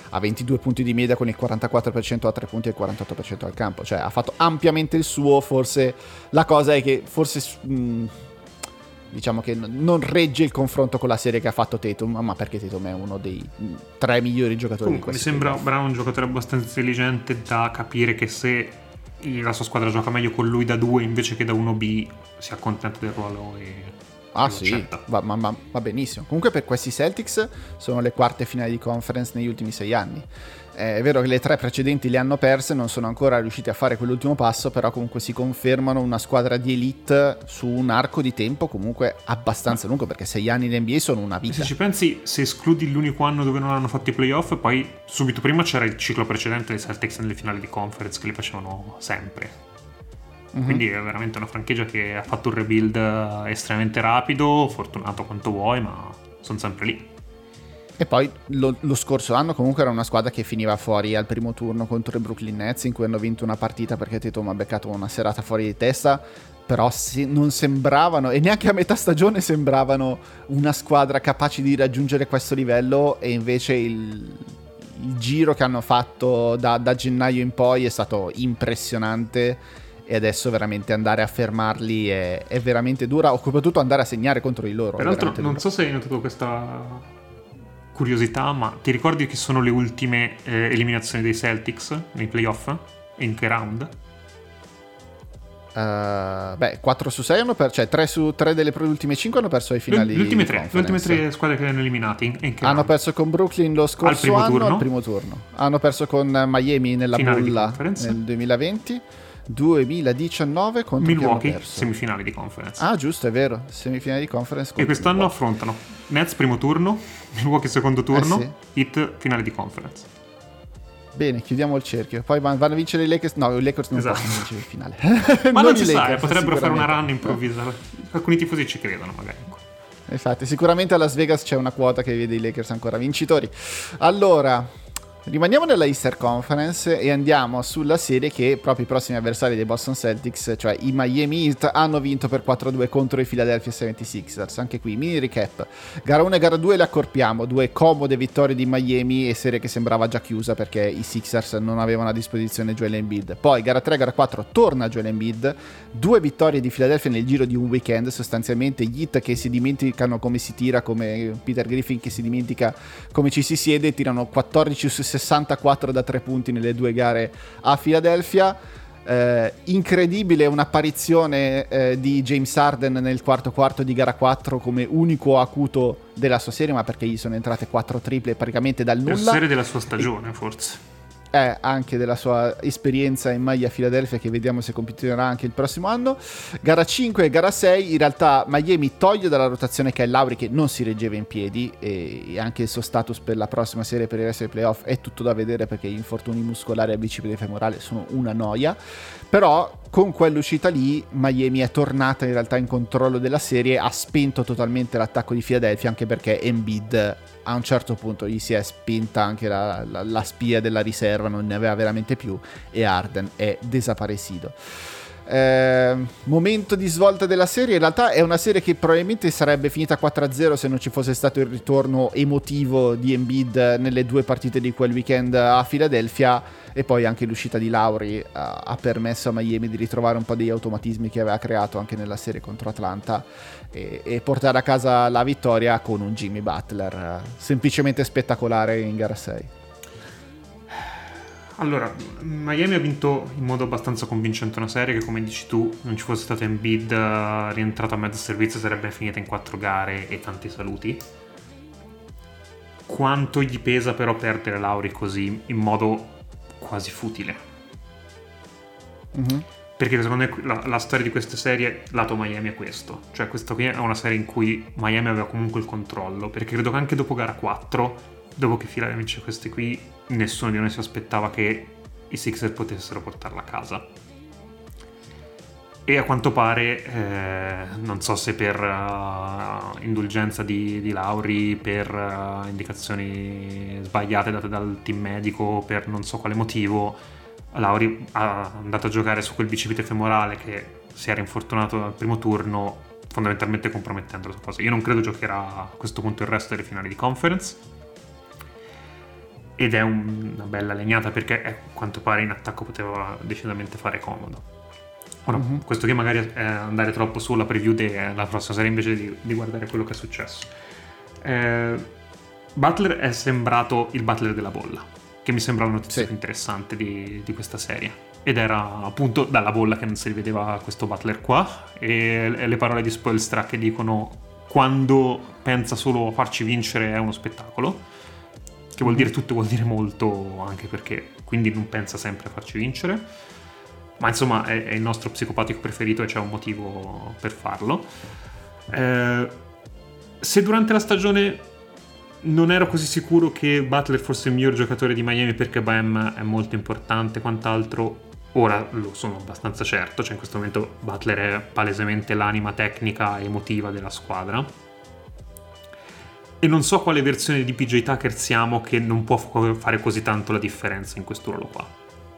a 22 punti di media con il 44% a 3 punti e il 48% al campo, cioè ha fatto ampiamente il suo. Forse la cosa è che forse diciamo che non regge il confronto con la serie che ha fatto Tatum, ma perché Tatum è uno dei 3 migliori giocatori. Comunque, di mi questi sembra Brown un giocatore abbastanza intelligente da capire che se la sua squadra gioca meglio con lui da 2 invece che da 1B, si accontenta del ruolo e sì, va benissimo. Comunque per questi Celtics sono le quarte finali di conference negli ultimi 6 anni. È vero che le 3 precedenti le hanno perse, non sono ancora riusciti a fare quell'ultimo passo, però comunque si confermano una squadra di elite su un arco di tempo comunque abbastanza lungo, perché 6 anni in NBA sono una vita. Se ci pensi, se escludi l'unico anno dove non hanno fatto i playoff, poi subito prima c'era il ciclo precedente dei Celtics nelle finali di conference che li facevano sempre. Quindi è veramente una franchigia che ha fatto un rebuild estremamente rapido, fortunato quanto vuoi, ma sono sempre lì. E poi lo scorso anno comunque era una squadra che finiva fuori al primo turno contro i Brooklyn Nets, in cui hanno vinto una partita perché Tatum ha beccato una serata fuori di testa, però non sembravano, e neanche a metà stagione sembravano, una squadra capace di raggiungere questo livello, e invece il giro che hanno fatto da gennaio in poi è stato impressionante. E adesso veramente andare a fermarli è veramente dura, o soprattutto andare a segnare contro di loro. Peraltro non so se hai notato questa curiosità, ma ti ricordi che sono le ultime eliminazioni dei Celtics nei playoff? E in che round? 4 su 6 hanno perso, cioè 3 delle ultime 5 hanno perso ai finali. Le ultime 3 squadre che hanno eliminati. Hanno perso con Brooklyn lo scorso anno al primo turno. Hanno perso con Miami nella bulla nel 2020. 2019 contro Milwaukee, semifinali di conference. Ah, giusto, è vero, semifinali di conference. E quest'anno affrontano Nets primo turno, Milwaukee secondo turno, sì. Heat finale di conference. Bene, chiudiamo il cerchio. Poi vanno a vincere i Lakers. No, i Lakers non possono vincere il finale. Ma non si sa, potrebbero fare una run improvvisa. Alcuni tifosi ci credono magari. Infatti, sicuramente a Las Vegas c'è una quota che vede i Lakers ancora vincitori. Allora, rimaniamo nella Easter Conference e andiamo sulla serie che proprio i prossimi avversari dei Boston Celtics, cioè i Miami Heat, hanno vinto per 4-2 contro i Philadelphia 76ers. Anche qui, mini recap. Gara 1 e gara 2 le accorpiamo, 2 comode vittorie di Miami e serie che sembrava già chiusa perché i Sixers non avevano a disposizione Joel Embiid. Poi gara 3 e gara 4 torna Joel Embiid, 2 vittorie di Philadelphia nel giro di un weekend, sostanzialmente gli Heat che si dimenticano come si tira, come Peter Griffin che si dimentica come ci si siede, tirano 14 su 64 da 3 punti nelle 2 gare a Philadelphia. Incredibile un'apparizione di James Harden nel quarto di gara 4 come unico acuto della sua serie, ma perché gli sono entrate 4 triple praticamente dal nulla. La serie della sua stagione, forse. Anche della sua esperienza in maglia a Philadelphia, che vediamo se continuerà anche il prossimo anno. Gara 5 e gara 6 in realtà Miami toglie dalla rotazione Kyle Lowry, che non si reggeva in piedi, e anche il suo status per la prossima serie, per il resto dei playoff, è tutto da vedere perché gli infortuni muscolari al bicipite femorale sono una noia. Però con quell'uscita lì Miami è tornata in realtà in controllo della serie, ha spento totalmente l'attacco di Philadelphia, anche perché Embiid a un certo punto gli si è spenta anche la spia della riserva, non ne aveva veramente più, e Harden è desaparecido. Momento di svolta della serie. In realtà è una serie che probabilmente sarebbe finita 4-0 se non ci fosse stato il ritorno emotivo di Embiid nelle 2 partite di quel weekend a Philadelphia, e poi anche l'uscita di Lowry ha permesso a Miami di ritrovare un po' degli automatismi che aveva creato anche nella serie contro Atlanta e portare a casa la vittoria con un Jimmy Butler semplicemente spettacolare in gara 6. Allora, Miami ha vinto in modo abbastanza convincente una serie che, come dici tu, non ci fosse stato Embiid rientrato a mezzo servizio sarebbe finita in 4 gare e tanti saluti. Quanto gli pesa però perdere Lowry così in modo quasi futile? Perché secondo me la storia di queste serie lato Miami è questo, cioè questa qui è una serie in cui Miami aveva comunque il controllo, perché credo che anche dopo gara 4, dopo che Philadelphia vince queste qui, nessuno di noi si aspettava che i Sixers potessero portarla a casa. E a quanto pare, non so se per indulgenza di Lowry, per indicazioni sbagliate date dal team medico, per non so quale motivo, Lowry è andato a giocare su quel bicipite femorale che si era infortunato al primo turno, fondamentalmente compromettendo la sua cosa. Io non credo giocherà a questo punto il resto delle finali di conference. ed è una bella legnata, perché a quanto pare in attacco poteva decisamente fare comodo. Ora, questo che magari è andare troppo sulla preview della prossima serie invece di guardare quello che è successo. Butler è sembrato il Butler della bolla, che mi sembra la notizia più interessante di questa serie, ed era appunto dalla bolla che non si rivedeva questo Butler qua, e le parole di Spoelstra che dicono: quando pensa solo a farci vincere è uno spettacolo, che vuol dire tutto, vuol dire molto, anche perché quindi non pensa sempre a farci vincere, ma insomma è il nostro psicopatico preferito e c'è un motivo per farlo. Se durante la stagione non ero così sicuro che Butler fosse il miglior giocatore di Miami perché Bam è molto importante, quant'altro, ora lo sono abbastanza certo. Cioè in questo momento Butler è palesemente l'anima tecnica e emotiva della squadra, e non so quale versione di PJ Tucker siamo che non può fare così tanto la differenza in questo ruolo qua.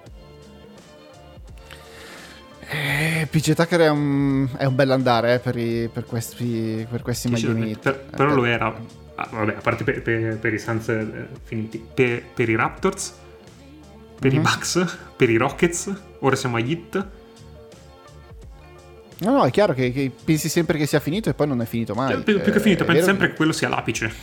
PJ Tucker è un bell'andare per questi Miami Heat. Però lo era, vabbè, a parte per i Suns finiti, per i Raptors, per i Bucks, per i Rockets, ora siamo agli Heat. No, è chiaro che pensi sempre che sia finito e poi non è finito mai. Più che finito, pensi sempre che quello sia l'apice.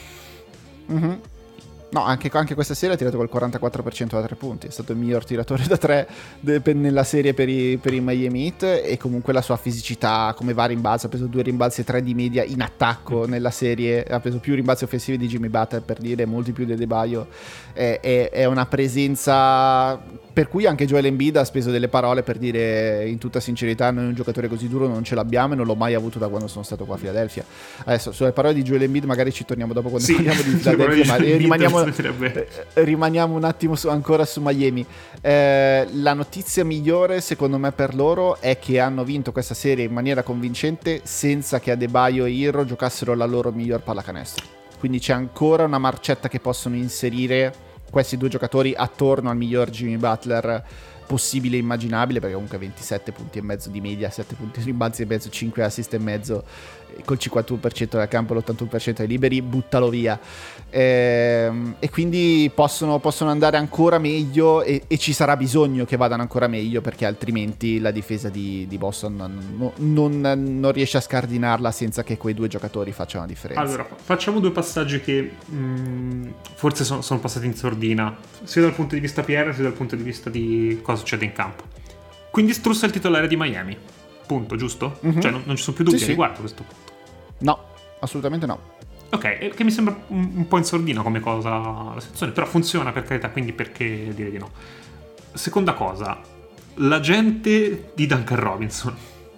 No, anche questa serie ha tirato col 44% da 3 punti. È stato il miglior tiratore da 3 nella serie per i Miami Heat, e comunque la sua fisicità, come va a rimbalzo, ha preso 2 rimbalzi e 3 di media in attacco nella serie, ha preso più rimbalzi offensivi di Jimmy Butler, per dire, molti più di Adebayo. È una presenza per cui anche Joel Embiid ha speso delle parole per dire in tutta sincerità: noi un giocatore così duro non ce l'abbiamo e non l'ho mai avuto da quando sono stato qua a Philadelphia. Adesso sulle parole di Joel Embiid magari ci torniamo dopo quando parliamo di Philadelphia, ma rimaniamo un attimo ancora su Miami. La notizia migliore secondo me per loro è che hanno vinto questa serie in maniera convincente senza che Adebayo e Herro giocassero la loro miglior pallacanestro, quindi c'è ancora una marcetta che possono inserire questi 2 giocatori attorno al miglior Jimmy Butler possibile e immaginabile, perché comunque 27 punti e mezzo di media, 7 punti rimbalzi e mezzo, 5 assist e mezzo, col 51% dal campo, l'81% dei liberi, buttalo via. E quindi possono andare ancora meglio, e ci sarà bisogno che vadano ancora meglio, perché altrimenti la difesa di Boston non riesce a scardinarla senza che quei 2 giocatori facciano la differenza. Allora, facciamo 2 passaggi che forse sono passati in sordina, sia dal punto di vista PR sia dal punto di vista di cosa succede in campo. Quindi Strus è il titolare di Miami, punto, giusto? Cioè non ci sono più dubbi riguardo a questo punto. No, assolutamente no. Ok, che mi sembra un po' in sordina come cosa la situazione, però funziona, per carità, quindi perché dire di no. Seconda cosa, l'agente di Duncan Robinson.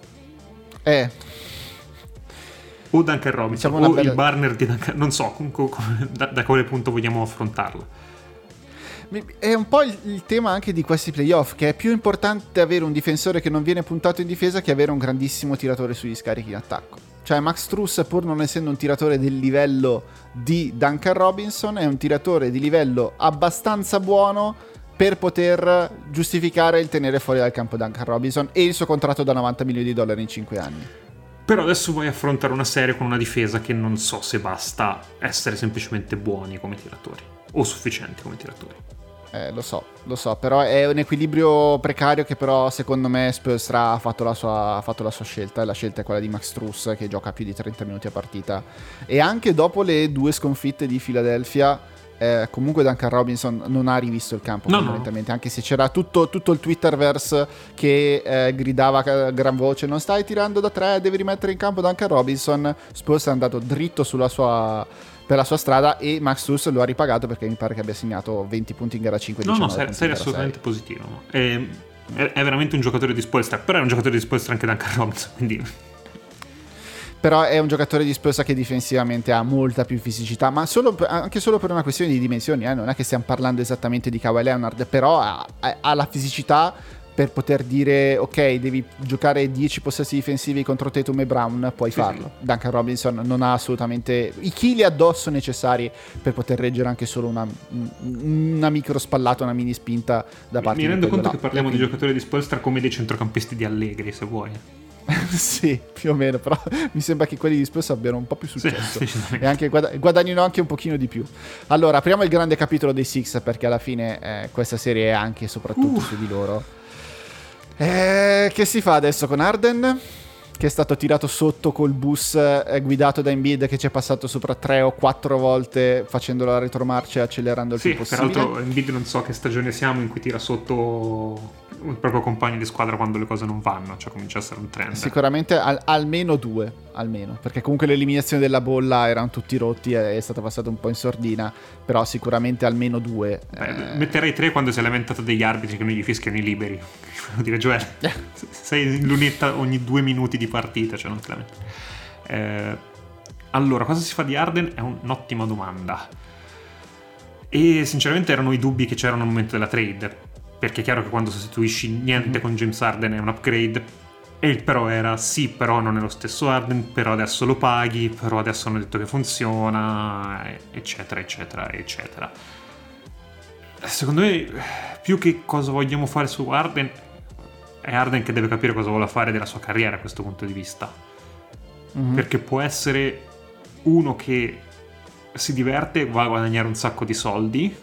O Duncan Robinson, diciamo il Barner di Duncan, non so da quale punto vogliamo affrontarlo. È un po' il tema anche di questi playoff, che è più importante avere un difensore che non viene puntato in difesa che avere un grandissimo tiratore sugli scarichi in attacco. Cioè Max Strus, pur non essendo un tiratore del livello di Duncan Robinson, è un tiratore di livello abbastanza buono per poter giustificare il tenere fuori dal campo Duncan Robinson e il suo contratto da $90 milioni in 5 anni. Però adesso vuoi affrontare una serie con una difesa che non so se basta essere semplicemente buoni come tiratori o sufficienti come tiratori. Lo so, però è un equilibrio precario che però secondo me Spoelstra ha fatto la sua scelta, e la scelta è quella di Max Strus, che gioca più di 30 minuti a partita, e anche dopo le 2 sconfitte di Philadelphia comunque Duncan Robinson non ha rivisto il campo fondamentalmente, anche se c'era tutto il Twitterverse che gridava a gran voce: non stai tirando da 3, devi rimettere in campo Duncan Robinson. Spoelstra è andato dritto per la sua strada, e Max Strus lo ha ripagato, perché mi pare che abbia segnato 20 punti in gara 5. No, serie assolutamente positivo. È veramente un giocatore di Spoelstra, però è un giocatore di Spoelstra anche Duncan Robinson, quindi... Però è un giocatore di Spoelstra che difensivamente ha molta più fisicità, ma anche solo per una questione di dimensioni, non è che stiamo parlando esattamente di Kawhi Leonard, però ha la fisicità per poter dire: ok, devi giocare 10 possessi difensivi contro Tatum e Brown, puoi farlo. Duncan Robinson non ha assolutamente i chili addosso necessari per poter reggere anche solo una micro spallata, una mini spinta da parte di... Mi rendo conto che parliamo di giocatori di Spoelstra come dei centrocampisti di Allegri, se vuoi. Sì, più o meno, però mi sembra che quelli di Spurs abbiano un po' più successo Sì, e anche guadagnino anche un pochino di più. Allora, apriamo il grande capitolo dei Six, perché alla fine questa serie è anche e soprattutto su di loro. Che si fa adesso con Harden, che è stato tirato sotto col bus guidato da Embiid, che ci è passato sopra 3 o 4 volte facendo la retromarcia e accelerando il più possibile. Peraltro Embiid non so che stagione siamo in cui tira sotto il proprio compagno di squadra quando le cose non vanno, cioè comincia a essere un trend. Sicuramente almeno 2, almeno, perché comunque l'eliminazione della bolla erano tutti rotti e è stata passata un po' in sordina, però sicuramente almeno 2. Metterei 3 quando si è lamentato degli arbitri che non gli fischiano i liberi. Devo dire, Joel, sei in lunetta ogni 2 minuti di partita, cioè non te lamenti. Allora, cosa si fa di Harden? È un'ottima domanda. E sinceramente erano i dubbi che c'erano al momento della trade, perché è chiaro che quando sostituisci niente con James Harden è un upgrade, e il però era sì, però non è lo stesso Harden, però adesso lo paghi, però adesso hanno detto che funziona, eccetera eccetera eccetera. Secondo me, più che cosa vogliamo fare su Harden, è Harden che deve capire cosa vuole fare della sua carriera a questo punto di vista, perché può essere uno che si diverte, va a guadagnare un sacco di soldi,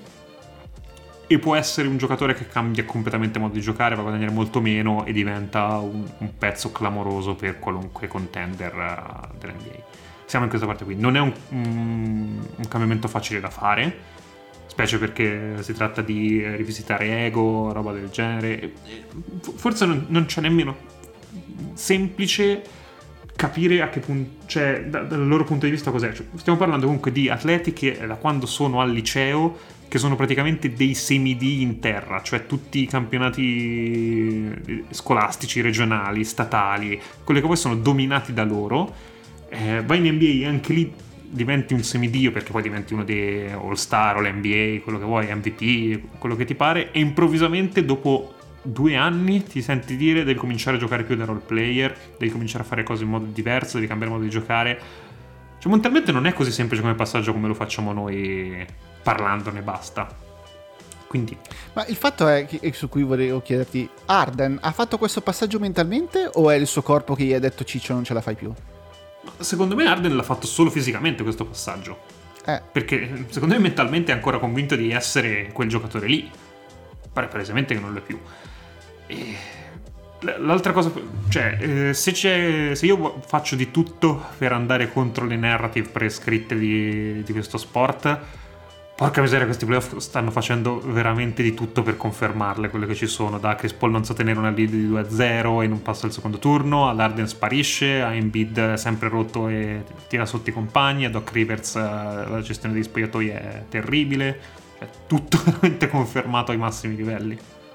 e può essere un giocatore che cambia completamente modo di giocare, va a guadagnare molto meno e diventa un pezzo clamoroso per qualunque contender dell'NBA. Siamo in questa parte qui. Non è un cambiamento facile da fare, specie perché si tratta di rivisitare ego, roba del genere. Forse non c'è nemmeno semplice capire a che punto, cioè dal loro punto di vista cos'è. Cioè, stiamo parlando comunque di atleti che da quando sono al liceo, che sono praticamente dei semidì in terra, cioè tutti i campionati scolastici, regionali, statali, quelli che poi sono dominati da loro. Vai in NBA e anche lì diventi un semidio, perché poi diventi uno dei All-Star o l'NBA, quello che vuoi, MVP, quello che ti pare, e improvvisamente dopo 2 anni ti senti dire devi cominciare a giocare più da role player, devi cominciare a fare cose in modo diverso, devi cambiare modo di giocare. Cioè mentalmente non è così semplice come passaggio come lo facciamo noi parlandone basta. Quindi, ma il fatto è che, su cui volevo chiederti, Harden ha fatto questo passaggio mentalmente o è il suo corpo che gli ha detto Ciccio non ce la fai più? Secondo me Harden l'ha fatto solo fisicamente questo passaggio, perché secondo me mentalmente è ancora convinto di essere quel giocatore lì, pare palesemente che non lo è più. E l'altra cosa, cioè se io faccio di tutto per andare contro le narrative prescritte di questo sport, porca miseria, questi playoff stanno facendo veramente di tutto per confermarle quelle che ci sono. Da Chris Paul non sa tenere una lead di 2-0 e non passa il secondo turno, ad Harden sparisce, a Embiid sempre rotto e tira sotto i compagni, a Doc Rivers la gestione degli spogliatoi è terribile, cioè tutto veramente confermato ai massimi livelli.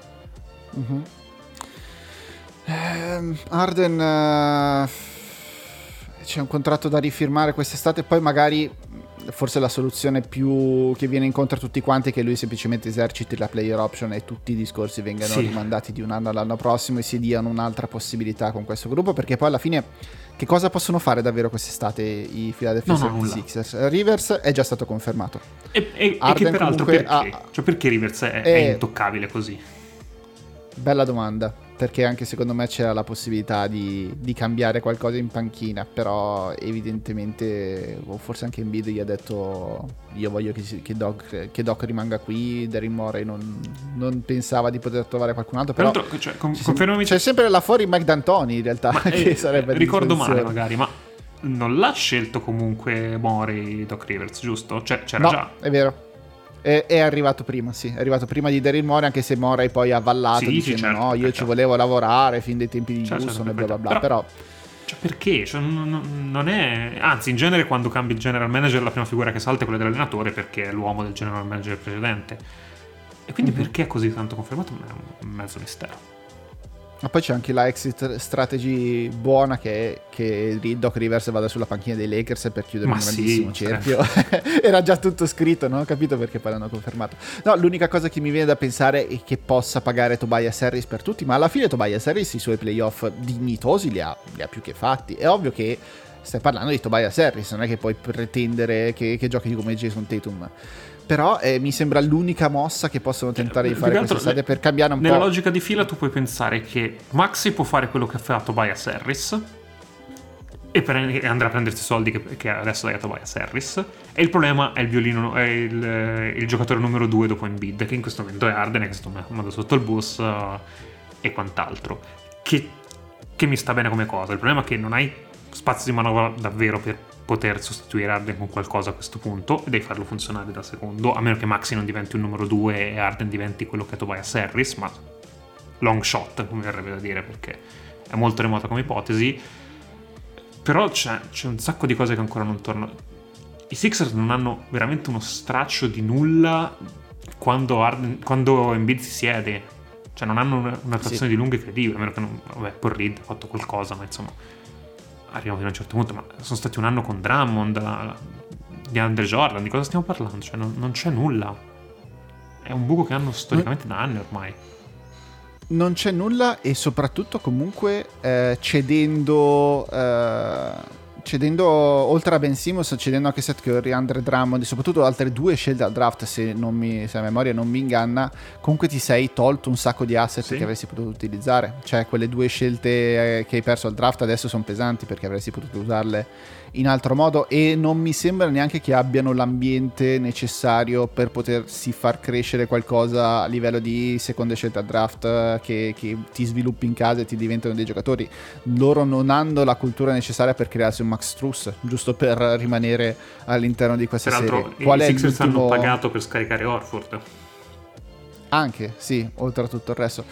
Harden c'è un contratto da rifirmare quest'estate, poi magari forse la soluzione più che viene incontro a tutti quanti è che lui semplicemente eserciti la player option e tutti i discorsi vengano rimandati di un anno all'anno prossimo e si diano un'altra possibilità con questo gruppo, perché poi alla fine che cosa possono fare davvero quest'estate i Philadelphia 76ers? Rivers è già stato confermato e che peraltro perché Rivers è intoccabile così? Bella domanda, perché anche secondo me c'era la possibilità di cambiare qualcosa in panchina, però evidentemente, o forse anche Embiid gli ha detto io voglio che Doc rimanga qui, Daryl Morey non pensava di poter trovare qualcun altro, però c'è sempre là fuori Mike D'Antoni in realtà, che sarebbe ricordo male magari, ma non l'ha scelto comunque Morey Doc Rivers, giusto? Cioè c'era già. È vero. È arrivato prima, sì, è arrivato prima di Daryl Morey, anche se Morey poi ha avallato dicendo no, io ci volevo lavorare fin dai tempi di Houston e bla bla bla, però cioè perché? Cioè, non è, anzi in genere quando cambi il general manager la prima figura che salta è quella dell'allenatore, perché è l'uomo del general manager precedente, e quindi perché è così tanto confermato è un mezzo mistero. Ma poi c'è anche la exit strategy buona che Doc Rivers vada sulla panchina dei Lakers per chiudere un grandissimo cerchio. Era già tutto scritto, non ho capito perché poi l'hanno confermato. No, l'unica cosa che mi viene da pensare è che possa pagare Tobias Harris per tutti, ma alla fine Tobias Harris i suoi playoff dignitosi li ha più che fatti. È ovvio che stai parlando di Tobias Harris, non è che puoi pretendere che giochi come Jason Tatum, Però mi sembra l'unica mossa che possono tentare di fare quest'estate per cambiare un nella po'. Nella logica di fila tu puoi pensare che Maxi può fare quello che ha fatto Tobias Harris e andrà a prendersi i soldi che adesso dai a Tobias Harris, e il problema è il violino, è il giocatore numero 2 dopo Embiid, che in questo momento è Harden, che è stato mandato sotto il bus e quant'altro, che mi sta bene come cosa. Il problema è che non hai spazio di manovra davvero per poter sostituire Harden con qualcosa a questo punto, e devi farlo funzionare da secondo, a meno che Maxi non diventi un numero 2 e Harden diventi quello che è Tobias Harris, ma long shot, come verrebbe da dire, perché è molto remota come ipotesi. Però c'è un sacco di cose che ancora non tornano. I Sixers non hanno veramente uno straccio di nulla quando Embiid si siede. Cioè non hanno un'attrazione di lunga incredibile, a meno che non... Vabbè, poi Reed ha fatto qualcosa, ma insomma arriviamo fino a un certo punto. Ma sono stati un anno con Drummond, di Andre Jordan, di cosa stiamo parlando? Cioè non c'è nulla. È un buco che hanno storicamente da anni ormai. Non c'è nulla, e soprattutto comunque cedendo oltre a Ben Simmons, cedendo anche Seth Curry, Andre Drummond e soprattutto altre 2 scelte al draft, se la memoria non mi inganna, comunque ti sei tolto un sacco di asset che avresti potuto utilizzare. Cioè quelle 2 scelte che hai perso al draft adesso sono pesanti, perché avresti potuto usarle in altro modo, e non mi sembra neanche che abbiano l'ambiente necessario per potersi far crescere qualcosa a livello di seconde scelte al draft che ti sviluppi in casa e ti diventano dei giocatori. Loro non hanno la cultura necessaria per crearsi un Max Strus, giusto per rimanere all'interno di questa serie. Qual è i Sixers hanno pagato per scaricare Horford? Anche, sì, oltre a tutto il resto.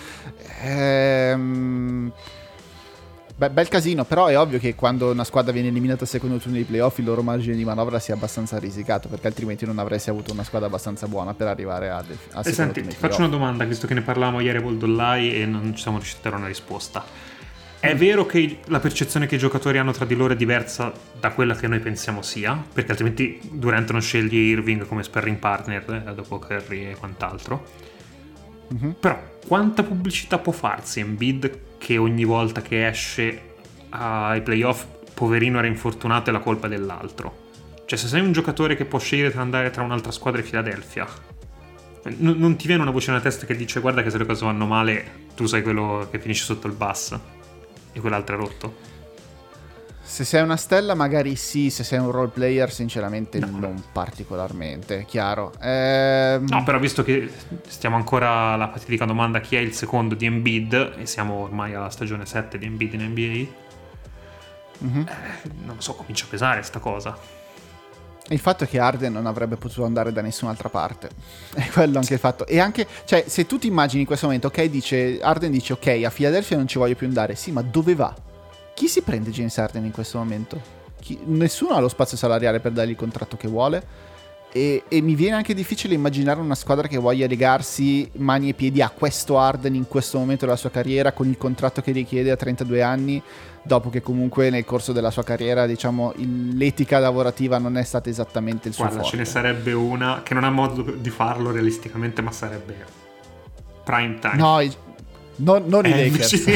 Bel casino, però è ovvio che quando una squadra viene eliminata al secondo turno dei playoff il loro margine di manovra sia abbastanza risicato, perché altrimenti non avresti avuto una squadra abbastanza buona per arrivare a secondo senti, turno. Ti faccio una domanda, visto che ne parlavamo ieri a Voldollai e non ci siamo riusciti a dare una risposta. È vero che la percezione che i giocatori hanno tra di loro è diversa da quella che noi pensiamo sia? Perché altrimenti Durant non sceglie Irving come sparring partner dopo Curry e quant'altro. Però quanta pubblicità può farsi Embiid, che ogni volta che esce ai playoff poverino era infortunato e la colpa è dell'altro? Cioè, se sei un giocatore che può scegliere tra andare tra un'altra squadra e Philadelphia, non ti viene una voce nella testa che dice: guarda che se le cose vanno male tu sei quello che finisce sotto il bus e quell'altro è rotto? Se sei una stella magari sì, se sei un role player sinceramente non particolarmente, chiaro. No, però visto che stiamo ancora alla fatidica domanda chi è il secondo di Embiid, e siamo ormai alla stagione 7 di Embiid in NBA, non so, comincia a pesare sta cosa. Il fatto è che Harden non avrebbe potuto andare da nessun'altra parte, è quello anche il fatto. E anche, cioè, se tu ti immagini in questo momento, Harden dice ok, a Philadelphia non ci voglio più andare, sì, ma dove va? Chi si prende James Harden in questo momento? Nessuno ha lo spazio salariale per dargli il contratto che vuole, e mi viene anche difficile immaginare una squadra che voglia legarsi mani e piedi a questo Harden in questo momento della sua carriera, con il contratto che richiede a 32 anni, dopo che comunque nel corso della sua carriera, diciamo, l'etica lavorativa non è stata esattamente il suo forte. Ce ne sarebbe una che non ha modo di farlo realisticamente, ma sarebbe prime time. No, non i Lakers.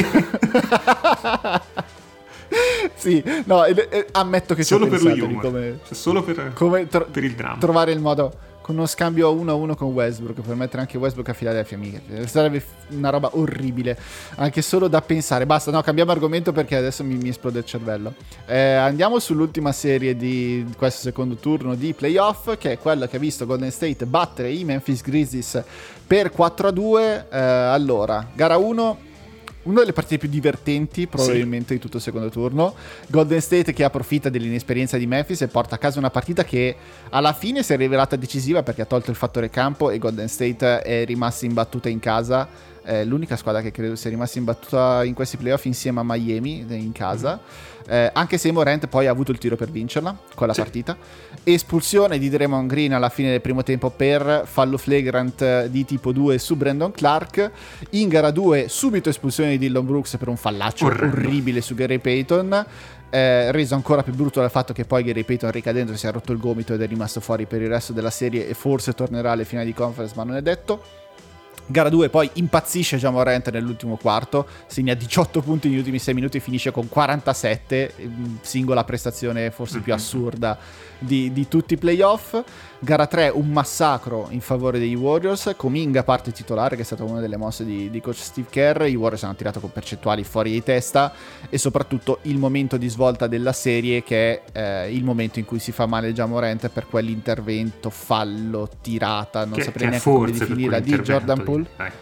Sì, no, ammetto che solo per lo di come, cioè solo per il dramma, trovare il modo con uno scambio 1-1 con Westbrook, per mettere anche Westbrook a Philadelphia, mica sarebbe una roba orribile anche solo da pensare. Basta, no, cambiamo argomento perché adesso mi esplode il cervello. Andiamo sull'ultima serie di questo secondo turno di playoff, che è quella che ha visto Golden State battere i Memphis Grizzlies per 4-2. Allora, gara 1, una delle partite più divertenti probabilmente di tutto il secondo turno. Golden State che approfitta dell'inesperienza di Memphis e porta a casa una partita che alla fine si è rivelata decisiva, perché ha tolto il fattore campo e Golden State è rimasta imbattuta in casa. L'unica squadra che credo sia rimasta imbattuta in questi playoff insieme a Miami in casa, anche se Morant poi ha avuto il tiro per vincerla quella partita. Espulsione di Draymond Green alla fine del primo tempo per fallo flagrant di tipo 2 su Brandon Clark. In gara 2 subito espulsione di Dillon Brooks per un fallaccio orribile su Gary Payton, reso ancora più brutto dal fatto che poi Gary Payton ricadendo si è rotto il gomito ed è rimasto fuori per il resto della serie, e forse tornerà alle finali di conference, ma non è detto. Gara 2 poi impazzisce Ja Morant nell'ultimo quarto, segna 18 punti negli ultimi 6 minuti, finisce con 47, singola prestazione forse più assurda di tutti i playoff. Gara 3 un massacro in favore dei Warriors, Kuminga parte titolare, che è stata una delle mosse di coach Steve Kerr. I Warriors hanno tirato con percentuali fuori di testa, e soprattutto il momento di svolta della serie, che è il momento in cui si fa male Ja Morant per quell'intervento, fallo, tirata, non saprei neanche come definirla, di Jordan Poole.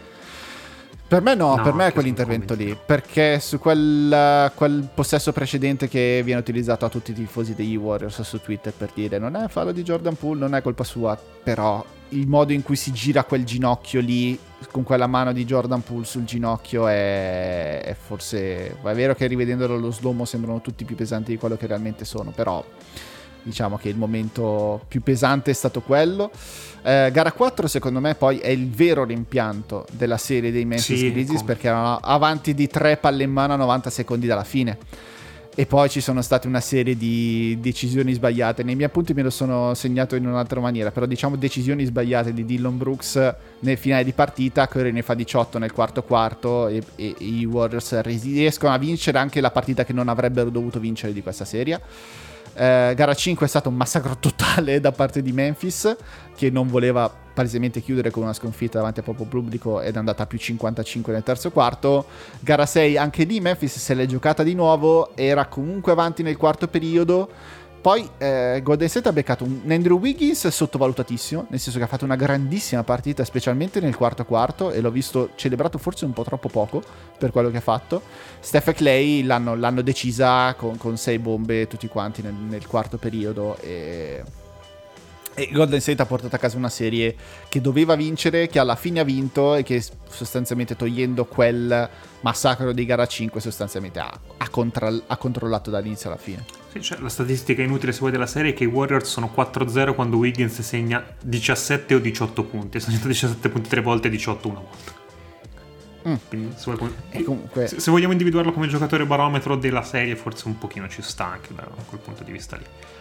Per me no, per me è quell'intervento lì, perché su quel possesso precedente che viene utilizzato a tutti i tifosi degli Warriors su Twitter per dire non è fallo di Jordan Poole, non è colpa sua, però il modo in cui si gira quel ginocchio lì, con quella mano di Jordan Poole sul ginocchio, è forse, è vero che rivedendolo allo slow-mo sembrano tutti più pesanti di quello che realmente sono, però diciamo che il momento più pesante è stato quello. Gara 4 secondo me poi è il vero rimpianto della serie dei Memphis Grizzlies, perché erano avanti di 3 palle in mano a 90 secondi dalla fine, e poi ci sono state una serie di decisioni sbagliate. Nei miei appunti me lo sono segnato in un'altra maniera, però diciamo decisioni sbagliate di Dillon Brooks nel finale di partita. Curry ne fa 18 nel quarto e i Warriors riescono a vincere anche la partita che non avrebbero dovuto vincere di questa serie. Gara 5 è stato un massacro totale da parte di Memphis, che non voleva palesemente chiudere con una sconfitta davanti a proprio pubblico, ed è andata a più 55 nel terzo quarto. Gara 6 anche lì Memphis se l'è giocata di nuovo, era comunque avanti nel quarto periodo. Poi Golden State ha beccato un Andrew Wiggins sottovalutatissimo, nel senso che ha fatto una grandissima partita, specialmente nel quarto quarto, e l'ho visto celebrato forse un po' troppo poco per quello che ha fatto. Steph e Clay l'hanno decisa con 6 bombe tutti quanti nel quarto periodo, e Golden State ha portato a casa una serie che doveva vincere, che alla fine ha vinto, e che sostanzialmente, togliendo quel massacro di gara 5, sostanzialmente ha controllato dall'inizio alla fine. Sì, cioè, la statistica inutile se vuoi della serie è che i Warriors sono 4-0 quando Wiggins segna 17 o 18 punti. Ha segnato 17 punti 3 volte e 18 una volta. Quindi comunque, se vogliamo individuarlo come giocatore barometro della serie, forse un pochino ci sta anche da quel punto di vista lì.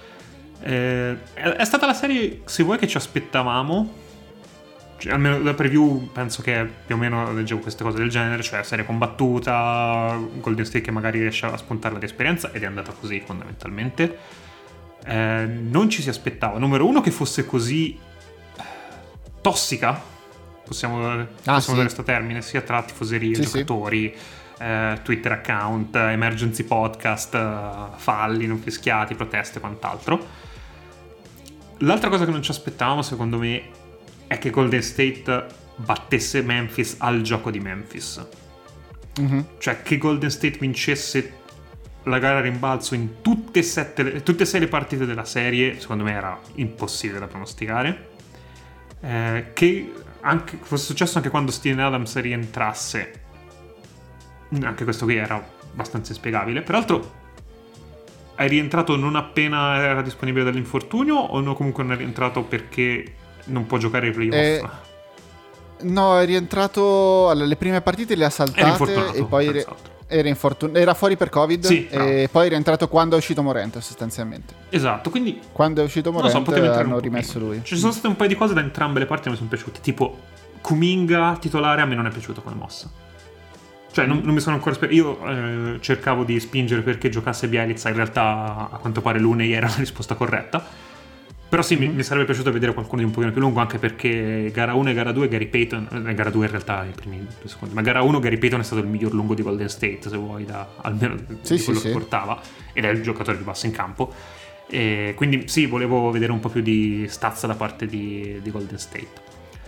È stata la serie, se vuoi, che ci aspettavamo, cioè, almeno da preview penso che più o meno leggevo queste cose del genere, cioè serie combattuta, Golden State che magari riesce a spuntarla di esperienza, ed è andata così fondamentalmente. Non ci si aspettava, numero uno, che fosse così tossica, possiamo usare questo termine, sia tra tifoserie, giocatori, Twitter account, emergency podcast, falli non fischiati, proteste e quant'altro. L'altra cosa che non ci aspettavamo, secondo me, è che Golden State battesse Memphis al gioco di Memphis. Cioè che Golden State vincesse la gara a rimbalzo in tutte e 6 le partite della serie, secondo me era impossibile da pronosticare. Che anche fosse successo anche quando Steven Adams rientrasse, anche questo qui era abbastanza inspiegabile. Peraltro è rientrato non appena era disponibile dall'infortunio, o no, comunque non è rientrato perché non può giocare i playoff? No, è rientrato le prime partite, le ha saltate, e poi era fuori per Covid, e poi è rientrato quando è uscito Morant, sostanzialmente. Esatto, quindi quando è uscito Morant hanno rimesso lui. Ci sono state un paio di cose da entrambe le parti che mi sono piaciute, tipo Kuminga titolare a me non è piaciuto come mossa. Cioè non mi sono ancora io cercavo di spingere perché giocasse Bjelica, in realtà a quanto pare Looney era la risposta corretta. Però sì, mi sarebbe piaciuto vedere qualcuno di un pochino più lungo, anche perché gara 1 e gara 2 Gary Payton, gara 2 in realtà i primi 2 secondi, ma gara 1 Gary Payton è stato il miglior lungo di Golden State, se vuoi, almeno di quello che portava, ed è il giocatore più basso in campo, e quindi sì, volevo vedere un po' più di stazza da parte di Golden State.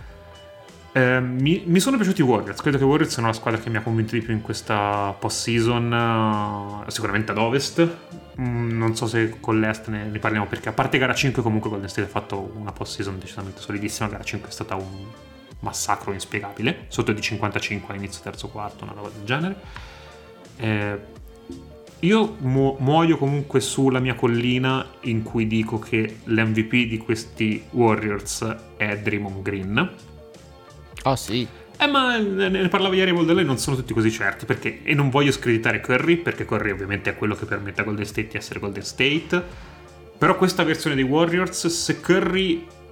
Mi sono piaciuti i Warriors, credo che i Warriors siano la squadra che mi ha convinto di più in questa post-season, sicuramente ad Ovest. Non so se con l'Est ne parliamo, perché a parte gara 5 comunque Golden State ha fatto una post-season decisamente solidissima. Gara 5 è stata un massacro inspiegabile, sotto di 55 all'inizio terzo quarto, una roba del genere. Io muoio comunque sulla mia collina in cui dico che l'MVP di questi Warriors è Draymond Green. Ah sì. Ma ne parlavo ieri a Voldalai, non sono tutti così certi, perché, e non voglio screditare Curry, perché Curry ovviamente è quello che permette a Golden State di essere Golden State, però questa versione dei Warriors, se Curry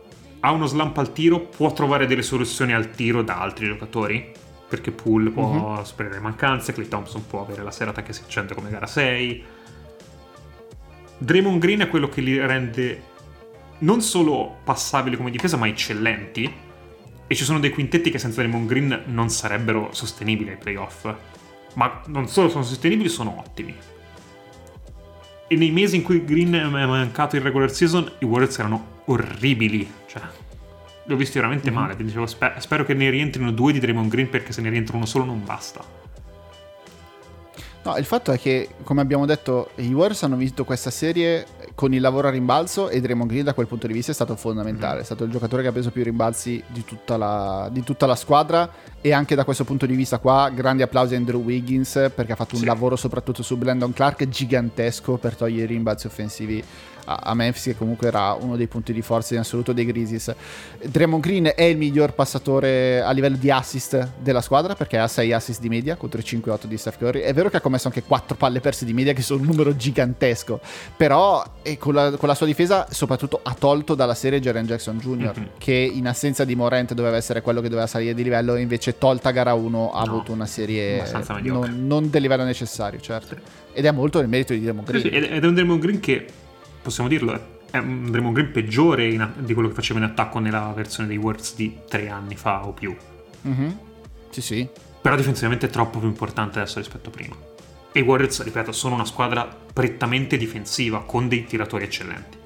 ha uno slump al tiro, può trovare delle soluzioni al tiro da altri giocatori, perché Poole può superare le mancanze, Klay Thompson può avere la serata che si accende come gara 6. Draymond Green è quello che li rende non solo passabili come difesa, ma eccellenti, e ci sono dei quintetti che senza Draymond Green non sarebbero sostenibili ai playoff, ma non solo sono sostenibili, sono ottimi. E nei mesi in cui Green è mancato in regular season, i Warriors erano orribili, cioè li ho visti veramente male. Quindi dicevo, spero che ne rientrino 2 di Draymond Green, perché se ne rientra uno solo non basta. No, il fatto è che, come abbiamo detto, i Warriors hanno vinto questa serie con il lavoro a rimbalzo, e Draymond Green da quel punto di vista è stato fondamentale. È stato il giocatore che ha preso più rimbalzi di tutta la squadra, e anche da questo punto di vista qua grandi applausi a Andrew Wiggins, perché ha fatto un lavoro soprattutto su Brandon Clark gigantesco per togliere i rimbalzi offensivi a Memphis, che comunque era uno dei punti di forza in assoluto dei Grizzlies. Draymond Green è il miglior passatore a livello di assist della squadra, perché ha 6 assist di media contro i 5-8 di Steph Curry. È vero che ha commesso anche 4 palle perse di media, che sono un numero gigantesco, però con la sua difesa soprattutto ha tolto dalla serie Jaren Jackson Jr., che in assenza di Morant doveva essere quello che doveva salire di livello, e invece tolta gara 1 ha avuto una serie non del livello necessario, certo. Ed è molto nel merito di Draymond Green. Sì, ed è un Draymond Green che, possiamo dirlo, è un Draymond Green peggiore di quello che faceva in attacco nella versione dei Warriors di 3 anni fa o più. Sì. Però difensivamente è troppo più importante adesso rispetto a prima. E i Warriors, ripeto, sono una squadra prettamente difensiva, con dei tiratori eccellenti.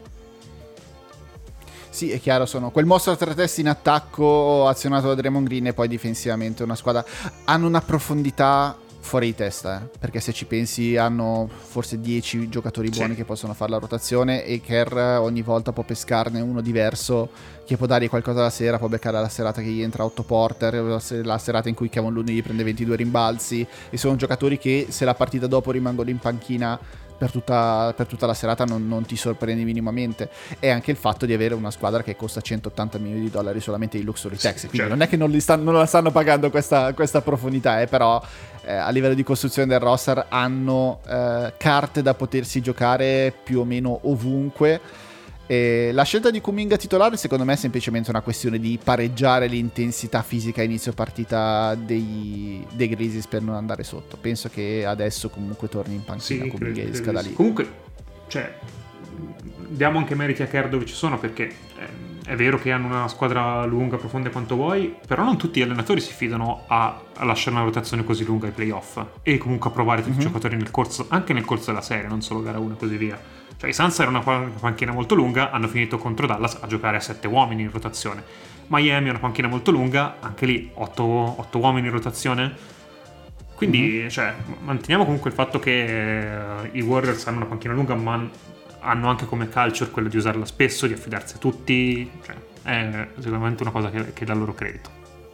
Sì, è chiaro, sono quel mostro a 3 teste in attacco azionato da Draymond Green, e poi difensivamente una squadra. Hanno una profondità fuori di testa, perché se ci pensi hanno forse 10 giocatori buoni che possono fare la rotazione, e Kerr ogni volta può pescarne uno diverso che può dargli qualcosa la sera. Può beccare la serata che gli entra 8 porter, la serata in cui Kevin Looney gli prende 22 rimbalzi, e sono giocatori che, se la partita dopo rimangono in panchina per tutta la serata, non ti sorprendi minimamente. E anche il fatto di avere una squadra che costa $180 milioni solamente di luxury tax, quindi non è che non la stanno pagando questa profondità, però a livello di costruzione del roster hanno carte da potersi giocare più o meno ovunque. E la scelta di Kuminga titolare secondo me è semplicemente una questione di pareggiare l'intensità fisica a inizio partita dei Grizzlies per non andare sotto. Penso che adesso comunque torni in panchina Kuminga e esca da lì. Comunque, cioè, diamo anche meriti a Kerr dove ci sono, perché è vero che hanno una squadra lunga, profonda quanto vuoi, però non tutti gli allenatori si fidano a lasciare una rotazione così lunga ai playoff, e comunque a provare tutti i giocatori anche nel corso della serie, non solo gara 1 e così via. Cioè, i Suns erano una panchina molto lunga, hanno finito contro Dallas a giocare a 7 uomini in rotazione. Miami è una panchina molto lunga, anche lì 8 uomini in rotazione. Quindi, cioè, manteniamo comunque il fatto che i Warriors hanno una panchina lunga, ma hanno anche come culture quello di usarla spesso, di affidarsi a tutti. Cioè, è sicuramente una cosa che dà loro credito.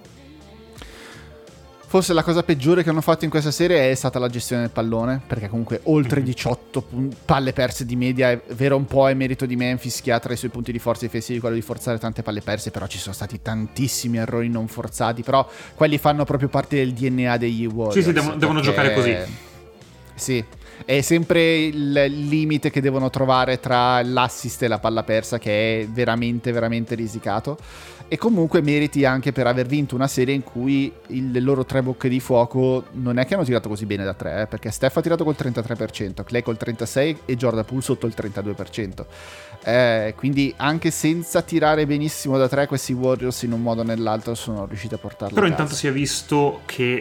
Forse la cosa peggiore che hanno fatto in questa serie è stata la gestione del pallone, perché comunque oltre 18 palle perse di media, è vero, un po' è merito di Memphis, che ha tra i suoi punti di forza difensivi quello di forzare tante palle perse, però ci sono stati tantissimi errori non forzati, però quelli fanno proprio parte del DNA degli Warriors. Sì, devono giocare così. Sì, è sempre il limite che devono trovare tra l'assist e la palla persa, che è veramente veramente risicato. E comunque meriti anche per aver vinto una serie in cui le loro 3 bocche di fuoco non è che hanno tirato così bene da 3, perché Steph ha tirato col 33%, Klay col 36% e Jordan Poole sotto il 32%. Quindi anche senza tirare benissimo da 3, questi Warriors in un modo o nell'altro sono riusciti a portarla Però a casa. Intanto si è visto che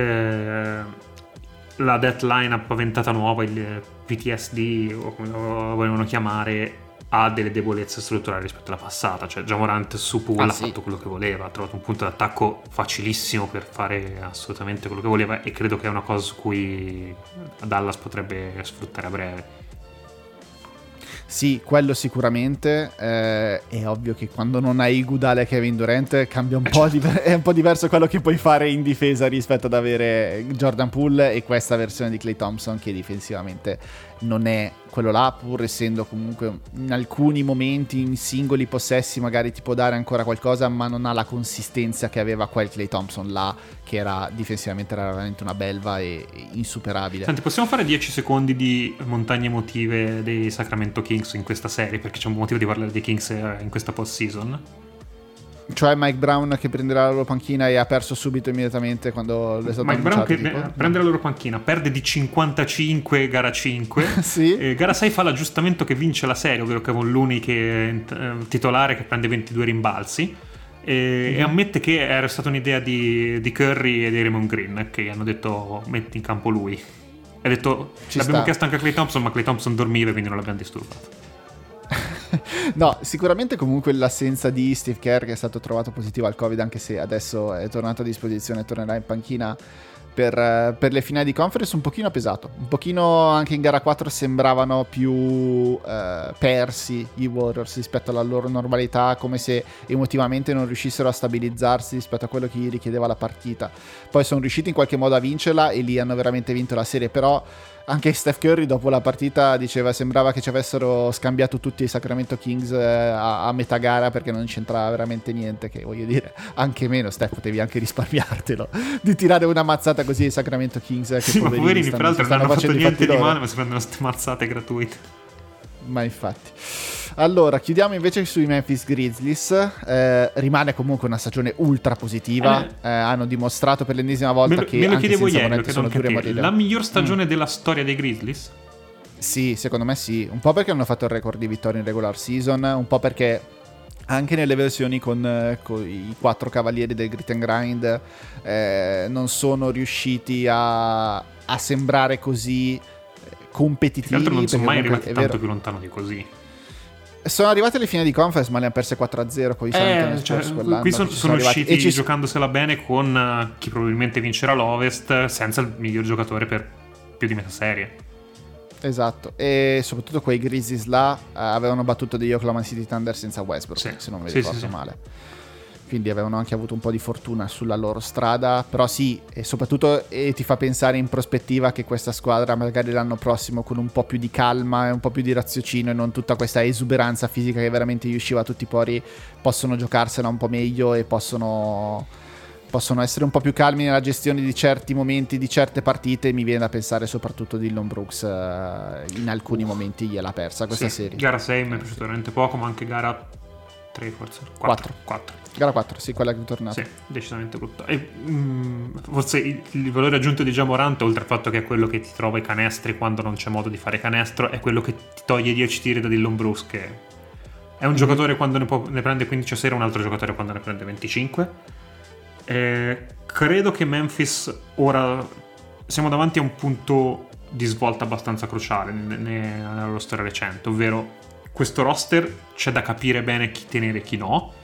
la deadline paventata nuova, il PTSD o come lo volevano chiamare, ha delle debolezze strutturali rispetto alla passata. Cioè Ja Morant su Poole ha fatto quello che voleva, ha trovato un punto d'attacco facilissimo per fare assolutamente quello che voleva, e credo che è una cosa su cui Dallas potrebbe sfruttare a breve. Sì, quello sicuramente. È ovvio che quando non hai Iguodala e Kevin Durant cambia un po', è un po' diverso quello che puoi fare in difesa rispetto ad avere Jordan Poole e questa versione di Klay Thompson, che difensivamente non è quello là, pur essendo comunque in alcuni momenti, in singoli possessi magari ti può dare ancora qualcosa, ma non ha la consistenza che aveva quel Klay Thompson là, che era difensivamente era veramente una belva e insuperabile. Senti, possiamo fare 10 secondi di montagne emotive dei Sacramento Kings in questa serie, perché c'è un motivo di parlare dei Kings in questa post-season? Cioè Mike Brown che prenderà la loro panchina e ha perso subito immediatamente quando è stato Mike Brown che tipo. prende la loro panchina, perde di 55 gara 5. Sì. Gara 6 fa l'aggiustamento che vince la serie, ovvero Kevon Looney che è titolare che prende 22 rimbalzi. E ammette che era stata un'idea di Curry e di Raymond Green, che hanno detto metti in campo lui. Ha detto l'abbiamo chiesto anche a Klay Thompson, ma Klay Thompson dormiva e quindi non l'abbiamo disturbato. No, sicuramente comunque l'assenza di Steve Kerr, che è stato trovato positivo al Covid, anche se adesso è tornato a disposizione e tornerà in panchina per le finali di conference, un pochino ha pesato. Un pochino anche in gara 4 sembravano più persi i Warriors rispetto alla loro normalità, come se emotivamente non riuscissero a stabilizzarsi rispetto a quello che gli richiedeva la partita. Poi sono riusciti in qualche modo a vincerla e lì hanno veramente vinto la serie, però anche Steph Curry dopo la partita diceva sembrava che ci avessero scambiato tutti i Sacramento Kings a metà gara, perché non c'entrava veramente niente, che voglio dire anche meno. Steph, potevi anche risparmiartelo di tirare una mazzata così ai Sacramento Kings, che sì, ma poverini peraltro non hanno fatto niente di male, ma si prendono queste mazzate gratuite. Ma infatti. Allora, chiudiamo invece sui Memphis Grizzlies. Rimane comunque una stagione ultra positiva. Hanno dimostrato per l'ennesima volta che me lo anche chiedevo senza ieri, Moretti sono duri a morire. La miglior stagione della storia dei Grizzlies? Sì, secondo me sì. Un po' perché hanno fatto il record di vittorie in regular season, un po' perché anche nelle versioni con i 4 cavalieri del Grit and Grind non sono riusciti a sembrare così competitivi. Tra l'altro non sono mai comunque, arrivati tanto più lontano di così. Sono arrivati alle fine di conference, ma le hanno perse 4-0 con i qui sono usciti giocandosela bene con chi probabilmente vincerà l'Ovest senza il miglior giocatore per più di metà serie. Esatto, e soprattutto quei Grizzlies là avevano battuto degli Oklahoma City Thunder senza Westbrook, sì, se non mi ricordo male. Quindi avevano anche avuto un po' di fortuna sulla loro strada, però sì, e soprattutto ti fa pensare in prospettiva che questa squadra magari l'anno prossimo con un po' più di calma e un po' più di raziocinio e non tutta questa esuberanza fisica che veramente gli usciva a tutti i pori, possono giocarsela un po' meglio e possono essere un po' più calmi nella gestione di certi momenti, di certe partite. Mi viene da pensare soprattutto Dillon Brooks, in alcuni momenti gliel'ha persa questa serie. Gara 6 mi è piaciuto veramente poco, ma anche gara 3 forse 4. Gara 4, sì, quella che è tornata. Sì, decisamente brutta. E forse il valore aggiunto di Ja Morant, oltre al fatto che è quello che ti trova i canestri quando non c'è modo di fare canestro, è quello che ti toglie 10 tiri da Dillon Brooks, che è un giocatore quando ne prende 15 a sera, un altro giocatore quando ne prende 25. Credo che Memphis ora siamo davanti a un punto di svolta abbastanza cruciale nella loro storia recente, ovvero questo roster c'è da capire bene chi tenere e chi no,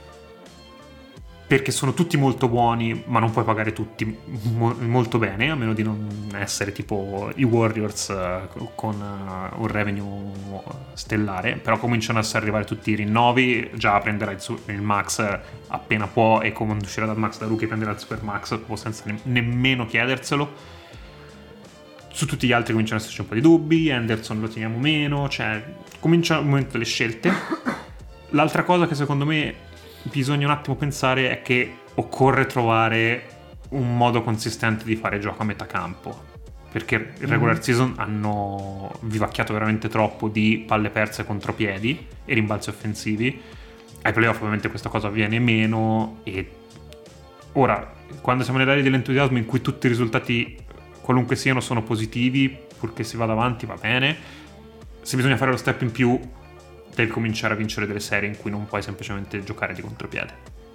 perché sono tutti molto buoni, ma non puoi pagare tutti molto bene, a meno di non essere tipo i Warriors con un revenue stellare. Però cominciano a arrivare tutti i rinnovi, già prenderà il max appena può, e come uscirà dal max da rookie prenderà il super max senza nemmeno chiederselo. Su tutti gli altri cominciano ad esserci un po' di dubbi. Anderson lo teniamo meno, cioè comincia il momento delle scelte. L'altra cosa che secondo me bisogna un attimo pensare è che occorre trovare un modo consistente di fare gioco a metà campo, perché il regular season hanno vivacchiato veramente troppo di palle perse contropiedi e rimbalzi offensivi. Ai playoff ovviamente questa cosa avviene meno, e ora quando siamo nell'area dell'entusiasmo in cui tutti i risultati qualunque siano sono positivi, purché si vada avanti va bene. Se bisogna fare lo step in più, devi cominciare a vincere delle serie in cui non puoi semplicemente giocare di contropiede.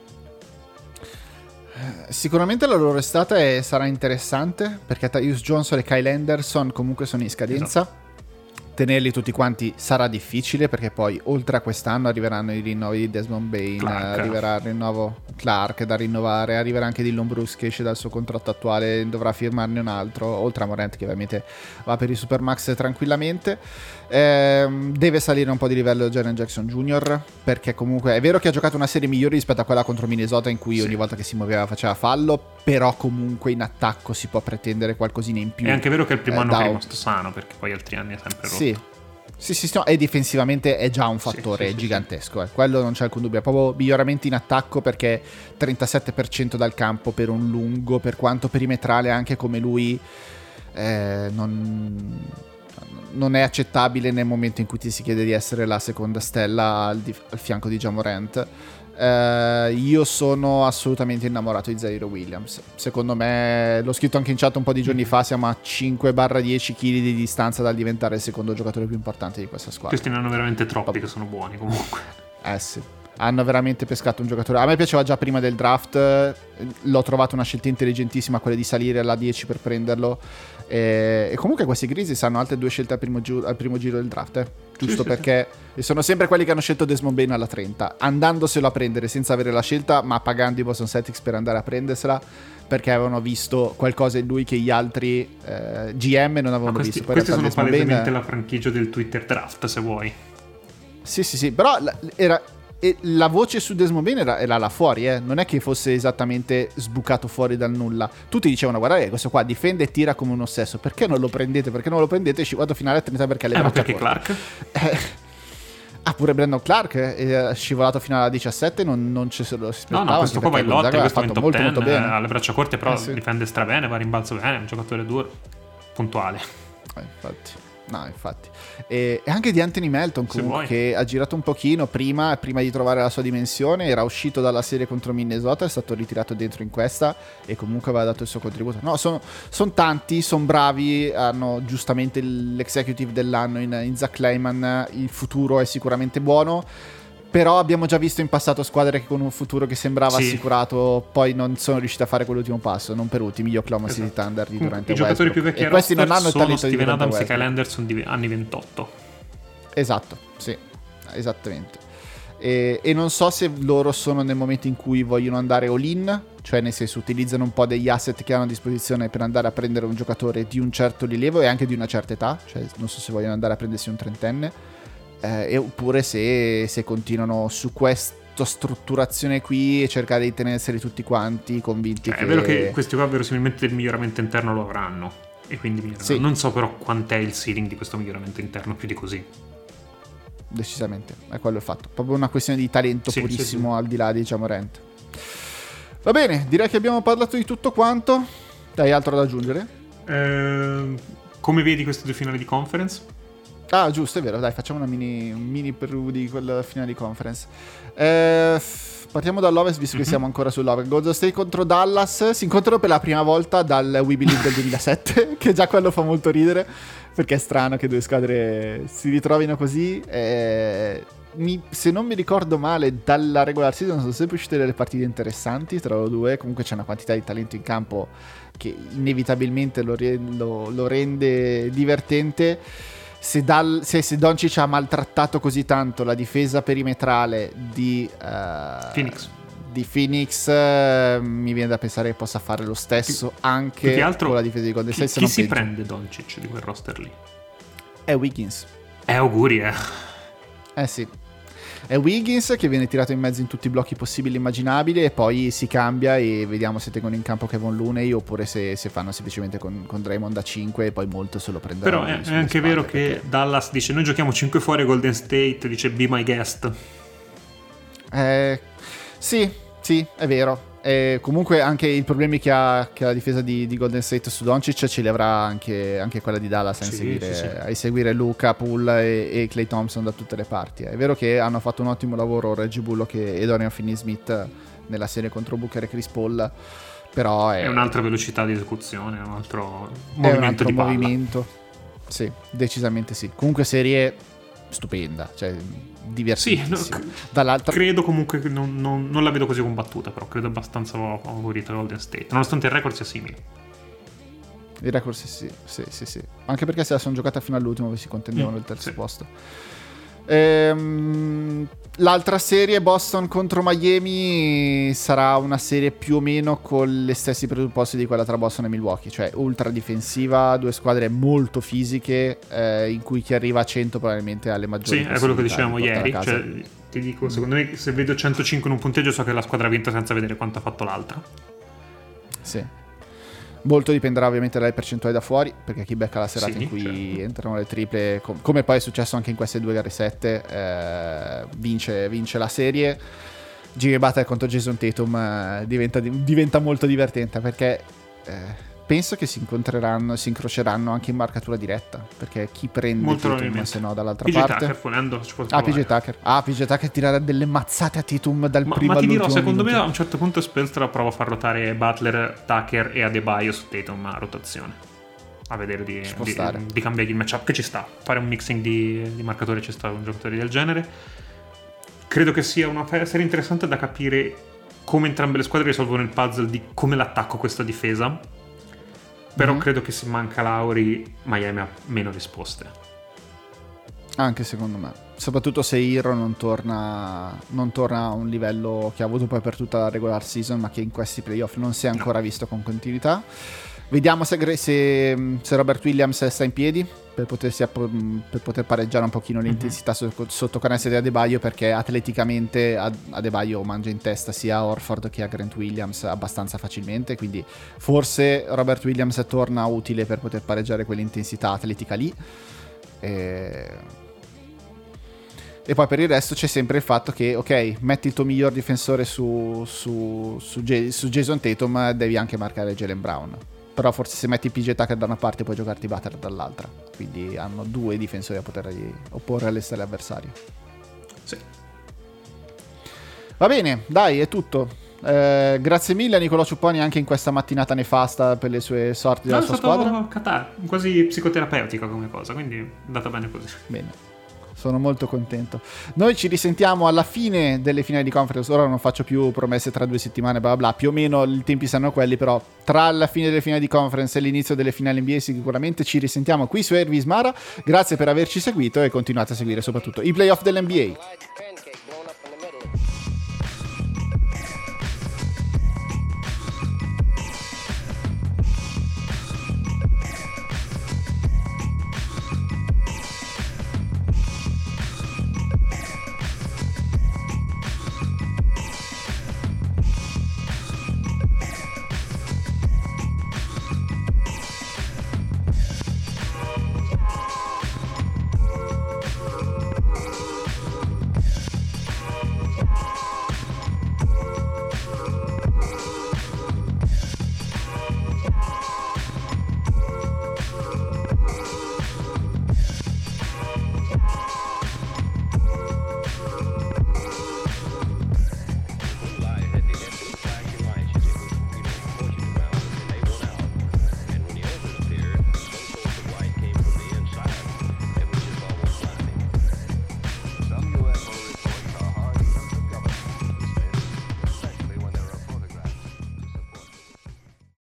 Sicuramente la loro estate sarà interessante, perché Tyus Johnson e Kyle Anderson comunque sono in scadenza. Esatto. Tenerli tutti quanti sarà difficile, perché poi oltre a quest'anno arriveranno i rinnovi di Desmond Bane, arriverà il rinnovo Clark da rinnovare, arriverà anche Dillon Brooks che esce dal suo contratto attuale, dovrà firmarne un altro, oltre a Morant che ovviamente va per i Supermax tranquillamente. Deve salire un po' di livello Jaren Jackson Jr., perché comunque è vero che ha giocato una serie migliore rispetto a quella contro Minnesota, in cui ogni volta che si muoveva faceva fallo, però comunque in attacco si può pretendere qualcosina in più. È anche vero che è il primo anno che è rimasto sano, perché poi altri anni è sempre rotto. Sì, no, e difensivamente è già un fattore gigantesco. Quello non c'è alcun dubbio. È proprio miglioramenti in attacco, perché 37% dal campo per un lungo, per quanto perimetrale anche come lui, non non è accettabile nel momento in cui ti si chiede di essere la seconda stella al fianco di Ja Morant. Io sono assolutamente innamorato di Zaire Williams. Secondo me, l'ho scritto anche in chat un po' di giorni fa, siamo a 5-10 kg di distanza dal diventare il secondo giocatore più importante di questa squadra. Questi ne hanno veramente troppi che sono buoni comunque. Sì, hanno veramente pescato un giocatore. A me piaceva già prima del draft, l'ho trovato una scelta intelligentissima quella di salire alla 10 per prenderlo. E comunque questi Grizzlies hanno altre 2 scelte al primo giro del draft, giusto sì, perché sono sempre quelli che hanno scelto Desmond Bane alla 30, andandoselo a prendere senza avere la scelta, ma pagando i Boston Celtics per andare a prendersela, perché avevano visto qualcosa in lui che gli altri GM non avevano visto. Poi questi sono Desmond palesemente Bane... la franchigia del Twitter draft, se vuoi. Sì, però la voce su Desmond Bane era là fuori, non è che fosse esattamente sbucato fuori dal nulla. Tutti dicevano: guardate, questo qua difende e tira come un ossesso, perché non lo prendete? Perché non lo prendete? Scivolato finale a 30 perché le braccia perché corte. Clark? Pure Brandon Clark è scivolato fino alla 17, non ci se lo aspettava. No, questo qua va in lotta, questo va in top molto 10, bene. alle braccia corte, però Sì. difende strabene, va a rimbalzo bene, è un giocatore duro, puntuale. Infatti. E anche di Anthony Melton comunque, che ha girato un pochino prima di trovare la sua dimensione, era uscito dalla serie contro Minnesota, è stato ritirato dentro in questa e comunque aveva dato il suo contributo. No, sono tanti, sono bravi, hanno giustamente l'executive dell'anno in Zach Kleiman, il futuro è sicuramente buono. Però abbiamo già visto in passato squadre che con un futuro che sembrava assicurato poi non sono riuscite a fare quell'ultimo passo, non per ultimi gli Oklahoma City Thunder di Durant e I giocatori più vecchi a questi non hanno il sono talento di Steven Durant e Adams e Westbrook. Kyle Anderson di anni 28. Esatto, sì, esattamente. E non so se loro sono nel momento in cui vogliono andare all-in, cioè nel senso utilizzano un po' degli asset che hanno a disposizione per andare a prendere un giocatore di un certo rilievo e anche di una certa età, cioè non so se vogliono andare a prendersi un trentenne. Oppure se continuano su questa strutturazione qui e cercare di tenerseli tutti quanti convinti che... È vero che questi qua verosimilmente il miglioramento interno lo avranno e quindi miglioreranno. Sì. Non so però quant'è il ceiling di questo miglioramento interno più di così. Decisamente, è quello il fatto. Proprio una questione di talento purissimo sì. al di là di Ja Morant. Va bene, direi che abbiamo parlato di tutto quanto. Hai altro da aggiungere? Come vedi queste 2 finali di conference? Ah, giusto, è vero, dai, facciamo un mini preview di quella finale di conference. Partiamo dall'Ovest, visto che siamo ancora sull'Ovest. Golden State contro Dallas si incontrano per la prima volta dal We Believe del 2007, che già quello fa molto ridere, perché è strano che 2 squadre si ritrovino così. Se non mi ricordo male, dalla regular season sono sempre uscite delle partite interessanti tra loro due. Comunque c'è una quantità di talento in campo che inevitabilmente lo rende divertente. Se Doncic ha maltrattato così tanto la difesa perimetrale di Phoenix, mi viene da pensare che possa fare lo stesso anche con la difesa di Golden State. Chi si prende Doncic di quel roster lì? È Wiggins. Auguri, Sì. È Wiggins che viene tirato in mezzo in tutti i blocchi possibili e immaginabili e poi si cambia e vediamo se tengono in campo Kevon Looney oppure se fanno semplicemente con Draymond a 5 e poi molto se lo prenderanno. Però è anche vero che Dallas dice noi giochiamo 5 fuori e Golden State dice be my guest. Sì, è vero. Comunque anche i problemi che ha la difesa di Golden State su Doncic ce li avrà anche quella di Dallas a inseguire Luka, Poole e Klay Thompson da tutte le parti. È vero che hanno fatto un ottimo lavoro Reggie Bullock e Dorian Finney-Smith nella serie contro Booker e Chris Paul, però è un'altra velocità di esecuzione, un altro movimento di palla. Movimento. Sì, decisamente sì. Comunque serie stupenda, cioè divertentissima. Dall'altra... credo comunque che non la vedo così combattuta, però credo abbastanza favorita Golden State, nonostante il record sia simile. Il record sì. Anche perché se la sono giocata fino all'ultimo si contendevano il terzo posto. L'altra serie, Boston contro Miami, sarà una serie più o meno con gli stessi presupposti di quella tra Boston e Milwaukee, cioè ultra difensiva, 2 squadre molto fisiche, in cui chi arriva a 100 probabilmente ha le maggiori possibilità. Sì, è quello che dicevamo ieri, cioè, ti dico, secondo me se vedo 105 in un punteggio so che la squadra ha vinto senza vedere quanto ha fatto l'altra. Sì. Molto dipenderà ovviamente dalle percentuali da fuori, perché chi becca la serata in cui entrano le triple, come poi è successo anche in queste 2 gare 7, vince la serie. Jimmy Butler contro Jason Tatum diventa molto divertente, perché penso che si incroceranno anche in marcatura diretta, perché chi prende Tatum se no dall'altra parte? PJ Tucker ci può PJ Tucker tirerà delle mazzate a Tatum dal primo ma ti all'ultimo dirò, secondo minuto. me a un certo punto Spoelstra prova a far ruotare Butler, Tucker e Adebayo su Tatum a rotazione, a vedere di cambiare il matchup, che ci sta, fare un mixing di marcatori ci sta con giocatori del genere. Credo che sia una serie interessante da capire come entrambe le squadre risolvono il puzzle di come l'attacco questa difesa, però credo che se manca Lauri Miami ha meno risposte, anche secondo me, soprattutto se Hero non torna a un livello che ha avuto poi per tutta la regular season, ma che in questi playoff non si è ancora visto con continuità. Vediamo se Robert Williams sta in piedi per poter pareggiare un pochino l'intensità sotto canestro di Adebayo, perché atleticamente Adebayo mangia in testa sia a Horford che a Grant Williams abbastanza facilmente, quindi forse Robert Williams torna utile per poter pareggiare quell'intensità atletica lì. E poi per il resto c'è sempre il fatto che, ok, metti il tuo miglior difensore su Jason Tatum, devi anche marcare Jaylen Brown. Però forse se metti PJ Tucker da una parte puoi giocarti Butler dall'altra. Quindi hanno due difensori a poter opporre alle stelle avversarie. Sì. Va bene, dai, è tutto. Grazie mille a Nicolò Ciupponi anche in questa mattinata nefasta per le sue sorti della sua squadra. Quasi psicoterapeutica come cosa, quindi è andata bene così. Bene. Sono molto contento. Noi ci risentiamo alla fine delle finali di conference. Ora non faccio più promesse tra 2 settimane, bla bla. Più o meno i tempi saranno quelli, però tra la fine delle finali di conference e l'inizio delle finali NBA sicuramente ci risentiamo qui su Ervis Mara. Grazie per averci seguito e continuate a seguire soprattutto i playoff dell'NBA.